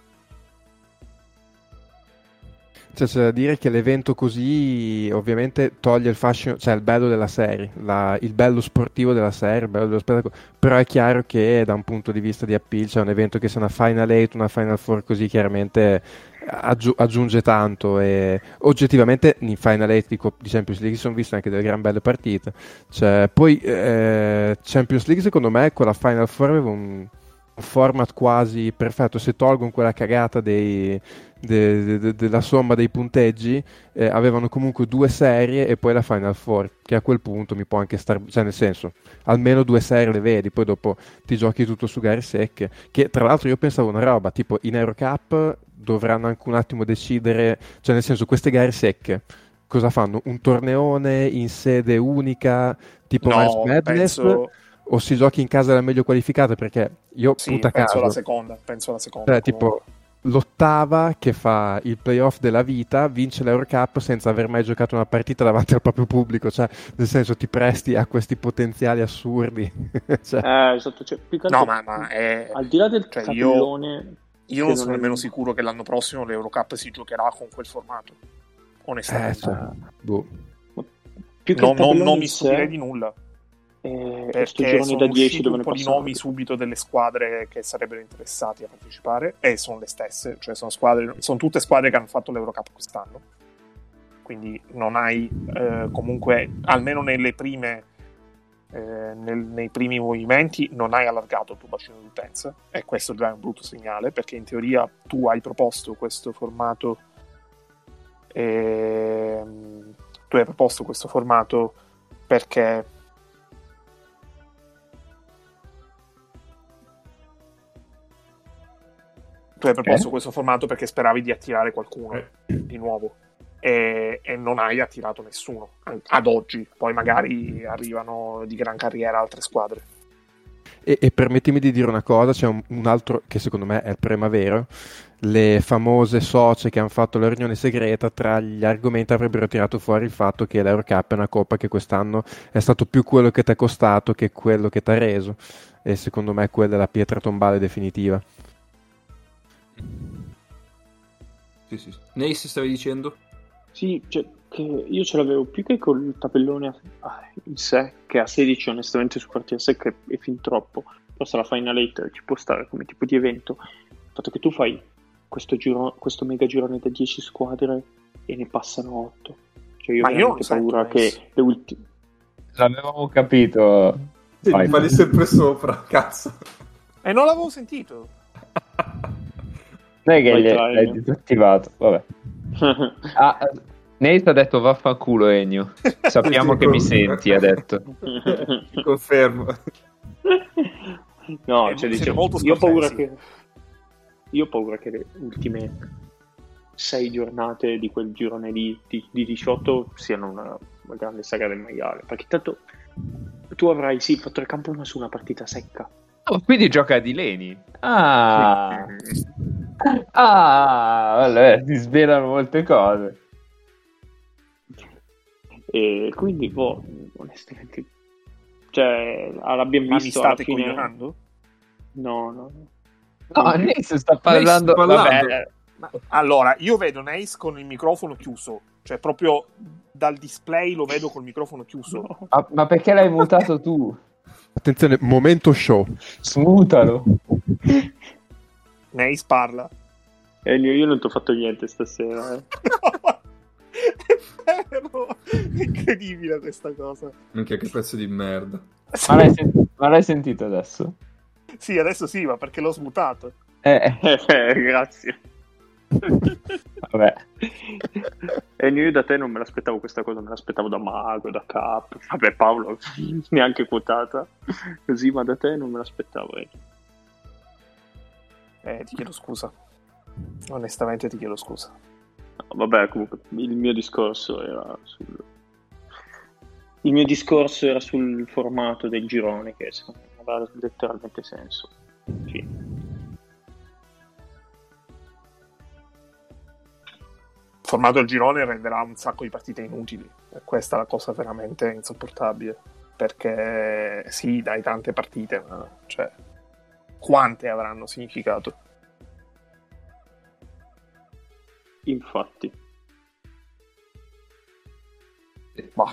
Cioè, c'è da dire che l'evento così ovviamente toglie il fascino, cioè il bello della serie, il bello sportivo della serie, il bello dello spettacolo, però è chiaro che da un punto di vista di appeal, cioè un evento che sia una Final 8, una Final Four così chiaramente aggiunge tanto, e oggettivamente in Final 8 di Champions League sono viste anche delle gran belle partite, cioè, poi Champions League secondo me con la Final Four aveva un format quasi perfetto. Se tolgono quella cagata della somma dei punteggi, avevano comunque 2 serie e poi la Final Four, che a quel punto mi può anche stare, cioè nel senso, almeno 2 serie le vedi, poi dopo ti giochi tutto su gare secche, che tra l'altro io pensavo una roba, tipo in Eurocup dovranno anche un attimo decidere, cioè nel senso, queste gare secche cosa fanno? Un torneone in sede unica tipo March Madness? O si giochi in casa della meglio qualificata? Perché io penso caso, la seconda. Cioè, tipo l'ottava che fa il playoff della vita vince l'Eurocup senza aver mai giocato una partita davanti al proprio pubblico, cioè nel senso ti presti a questi potenziali assurdi. Cioè. Esatto, cioè, no, ma è... al di là del capellone, io non sono nemmeno sicuro che l'anno prossimo l'Eurocup si giocherà con quel formato, onestamente. Più che non mi stupirei di nulla. Perché sono usciti un po' di nomi subito delle squadre che sarebbero interessati a partecipare, e sono le stesse, cioè sono tutte squadre che hanno fatto l'Eurocup quest'anno, quindi non hai comunque, almeno nelle prime nei primi movimenti non hai allargato il tuo bacino d'utenza, e questo già è un brutto segnale, perché in teoria tu hai proposto questo formato perché questo formato perché speravi di attirare qualcuno di nuovo, e non hai attirato nessuno ad oggi. Poi magari arrivano di gran carriera altre squadre. E permettimi di dire una cosa, c'è un altro che secondo me è il problema vero: le famose socie che hanno fatto la riunione segreta, tra gli argomenti avrebbero tirato fuori il fatto che l'Eurocup è una coppa che quest'anno è stato più quello che ti è costato che quello che ti ha reso, e secondo me quella è la pietra tombale definitiva. Sì. Nace, stavi dicendo? Sì, cioè, che io ce l'avevo più che col tabellone in sé, che a 16 onestamente su partita secca è fin troppo. Però se la Final 8 ci può stare come tipo di evento, il fatto che tu fai questo mega girone da 10 squadre e ne passano 8. Cioè io ho paura che le ultime... L'avevamo capito. Sì, mi fai sempre sopra, cazzo. E non l'avevo sentito. Non è che l'hai disattivato, vabbè. Nate ha detto vaffanculo Ennio. Sappiamo che mi senti, ha detto. Ti confermo. No, cioè, diciamo, io ho paura che le ultime 6 giornate di quel girone di 18 siano una grande saga del maiale, perché tanto tu avrai fatto il campo su una partita secca. Oh, quindi gioca di Leni. Allora, ti svelano molte cose. E quindi, onestamente, cioè, l'abbiamo visto. Mi state alla fine... coglionando? No. Nace sta parlando. Vabbè. Allora, io vedo Nace con il microfono chiuso, cioè proprio dal display lo vedo col microfono chiuso. No. Ma perché l'hai mutato tu? Attenzione, momento show. Smutalo. Nace parla. Io non ti ho fatto niente stasera. È vero, incredibile questa cosa. Minchia, che pezzo di merda. Sì. Ma l'hai sentito adesso? Sì, adesso sì, ma perché l'ho smutato. Grazie. Vabbè. E io da te non me l'aspettavo questa cosa, me l'aspettavo da Mago, da Cap. Vabbè, Paolo neanche quotata così, ma da te non me l'aspettavo. Ti chiedo scusa. Onestamente ti chiedo scusa. No, vabbè, comunque il mio discorso era sul formato del girone, che secondo me aveva letteralmente senso. Sì. Il formato del girone renderà un sacco di partite inutili, e questa è la cosa veramente insopportabile, perché sì, dai, tante partite, ma cioè, quante avranno significato? Infatti. Bah.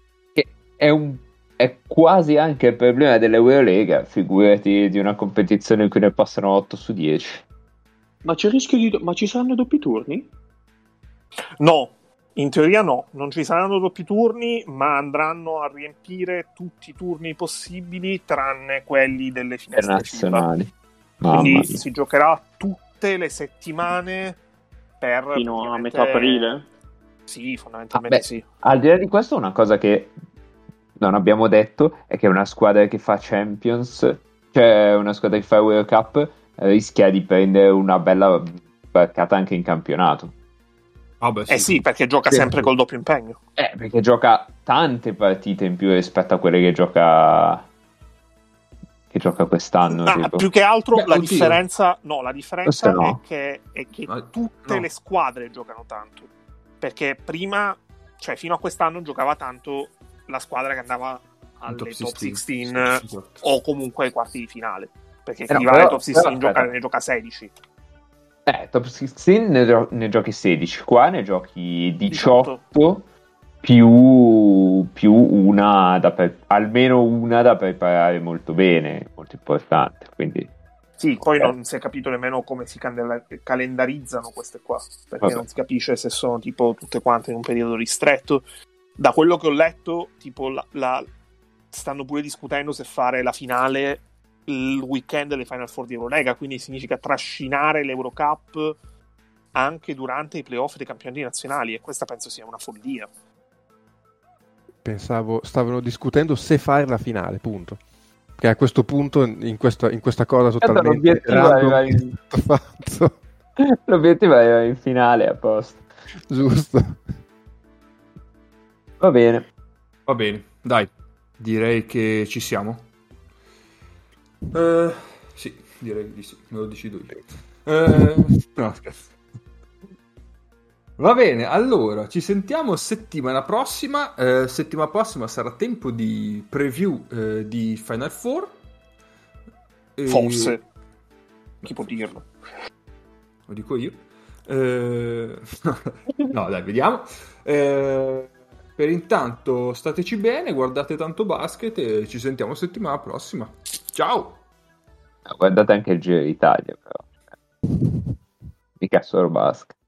È quasi anche il problema dell'Eurolega, figurati di una competizione in cui ne passano 8 su 10. Ma c'è il rischio ma ci saranno doppi turni? No, in teoria no, non ci saranno doppi turni, ma andranno a riempire tutti i turni possibili tranne quelli delle finestre nazionali. Quindi si giocherà tutte le settimane fino a metà aprile? Sì, fondamentalmente sì. Al di là di questo, una cosa che non abbiamo detto è che una squadra che fa Champions, cioè una squadra che fa World Cup, rischia di prendere una bella barcata anche in campionato. Sì, perché gioca sempre col doppio impegno. Perché gioca tante partite in più rispetto a quelle che gioca quest'anno. Più che altro la differenza no. è che tutte le squadre giocano tanto. Perché prima, cioè fino a quest'anno, giocava tanto la squadra che andava alle top 16 o comunque ai quarti di finale. Perché chi va alle top 16 ne gioca 16. Top 16 ne giochi 16, qua ne giochi 18 più una almeno una da preparare molto bene, molto importante. Quindi sì, poi non si è capito nemmeno come si calendarizzano queste qua, perché non si capisce se sono tipo tutte quante in un periodo ristretto. Da quello che ho letto, tipo stanno pure discutendo se fare la finale il weekend delle Final Four di Eurolega, quindi significa trascinare l'Eurocup anche durante i playoff dei campionati nazionali, e questa penso sia una follia. Pensavo stavano discutendo se fare la finale, punto. Che a questo punto, in questa cosa totalmente random, fatto. L'obiettivo è in finale, a posto. Giusto. Va bene, dai, direi che ci siamo. Sì, direi di sì, me lo decido io. No, scherzo. Va bene, allora ci sentiamo settimana prossima. Settimana prossima sarà tempo di preview di Final Four. Forse, chi può dirlo? Lo dico io. No, dai, vediamo. Per intanto stateci bene, guardate tanto basket e ci sentiamo settimana prossima. Ciao! Guardate anche il Giro d'Italia, però mica solo basket.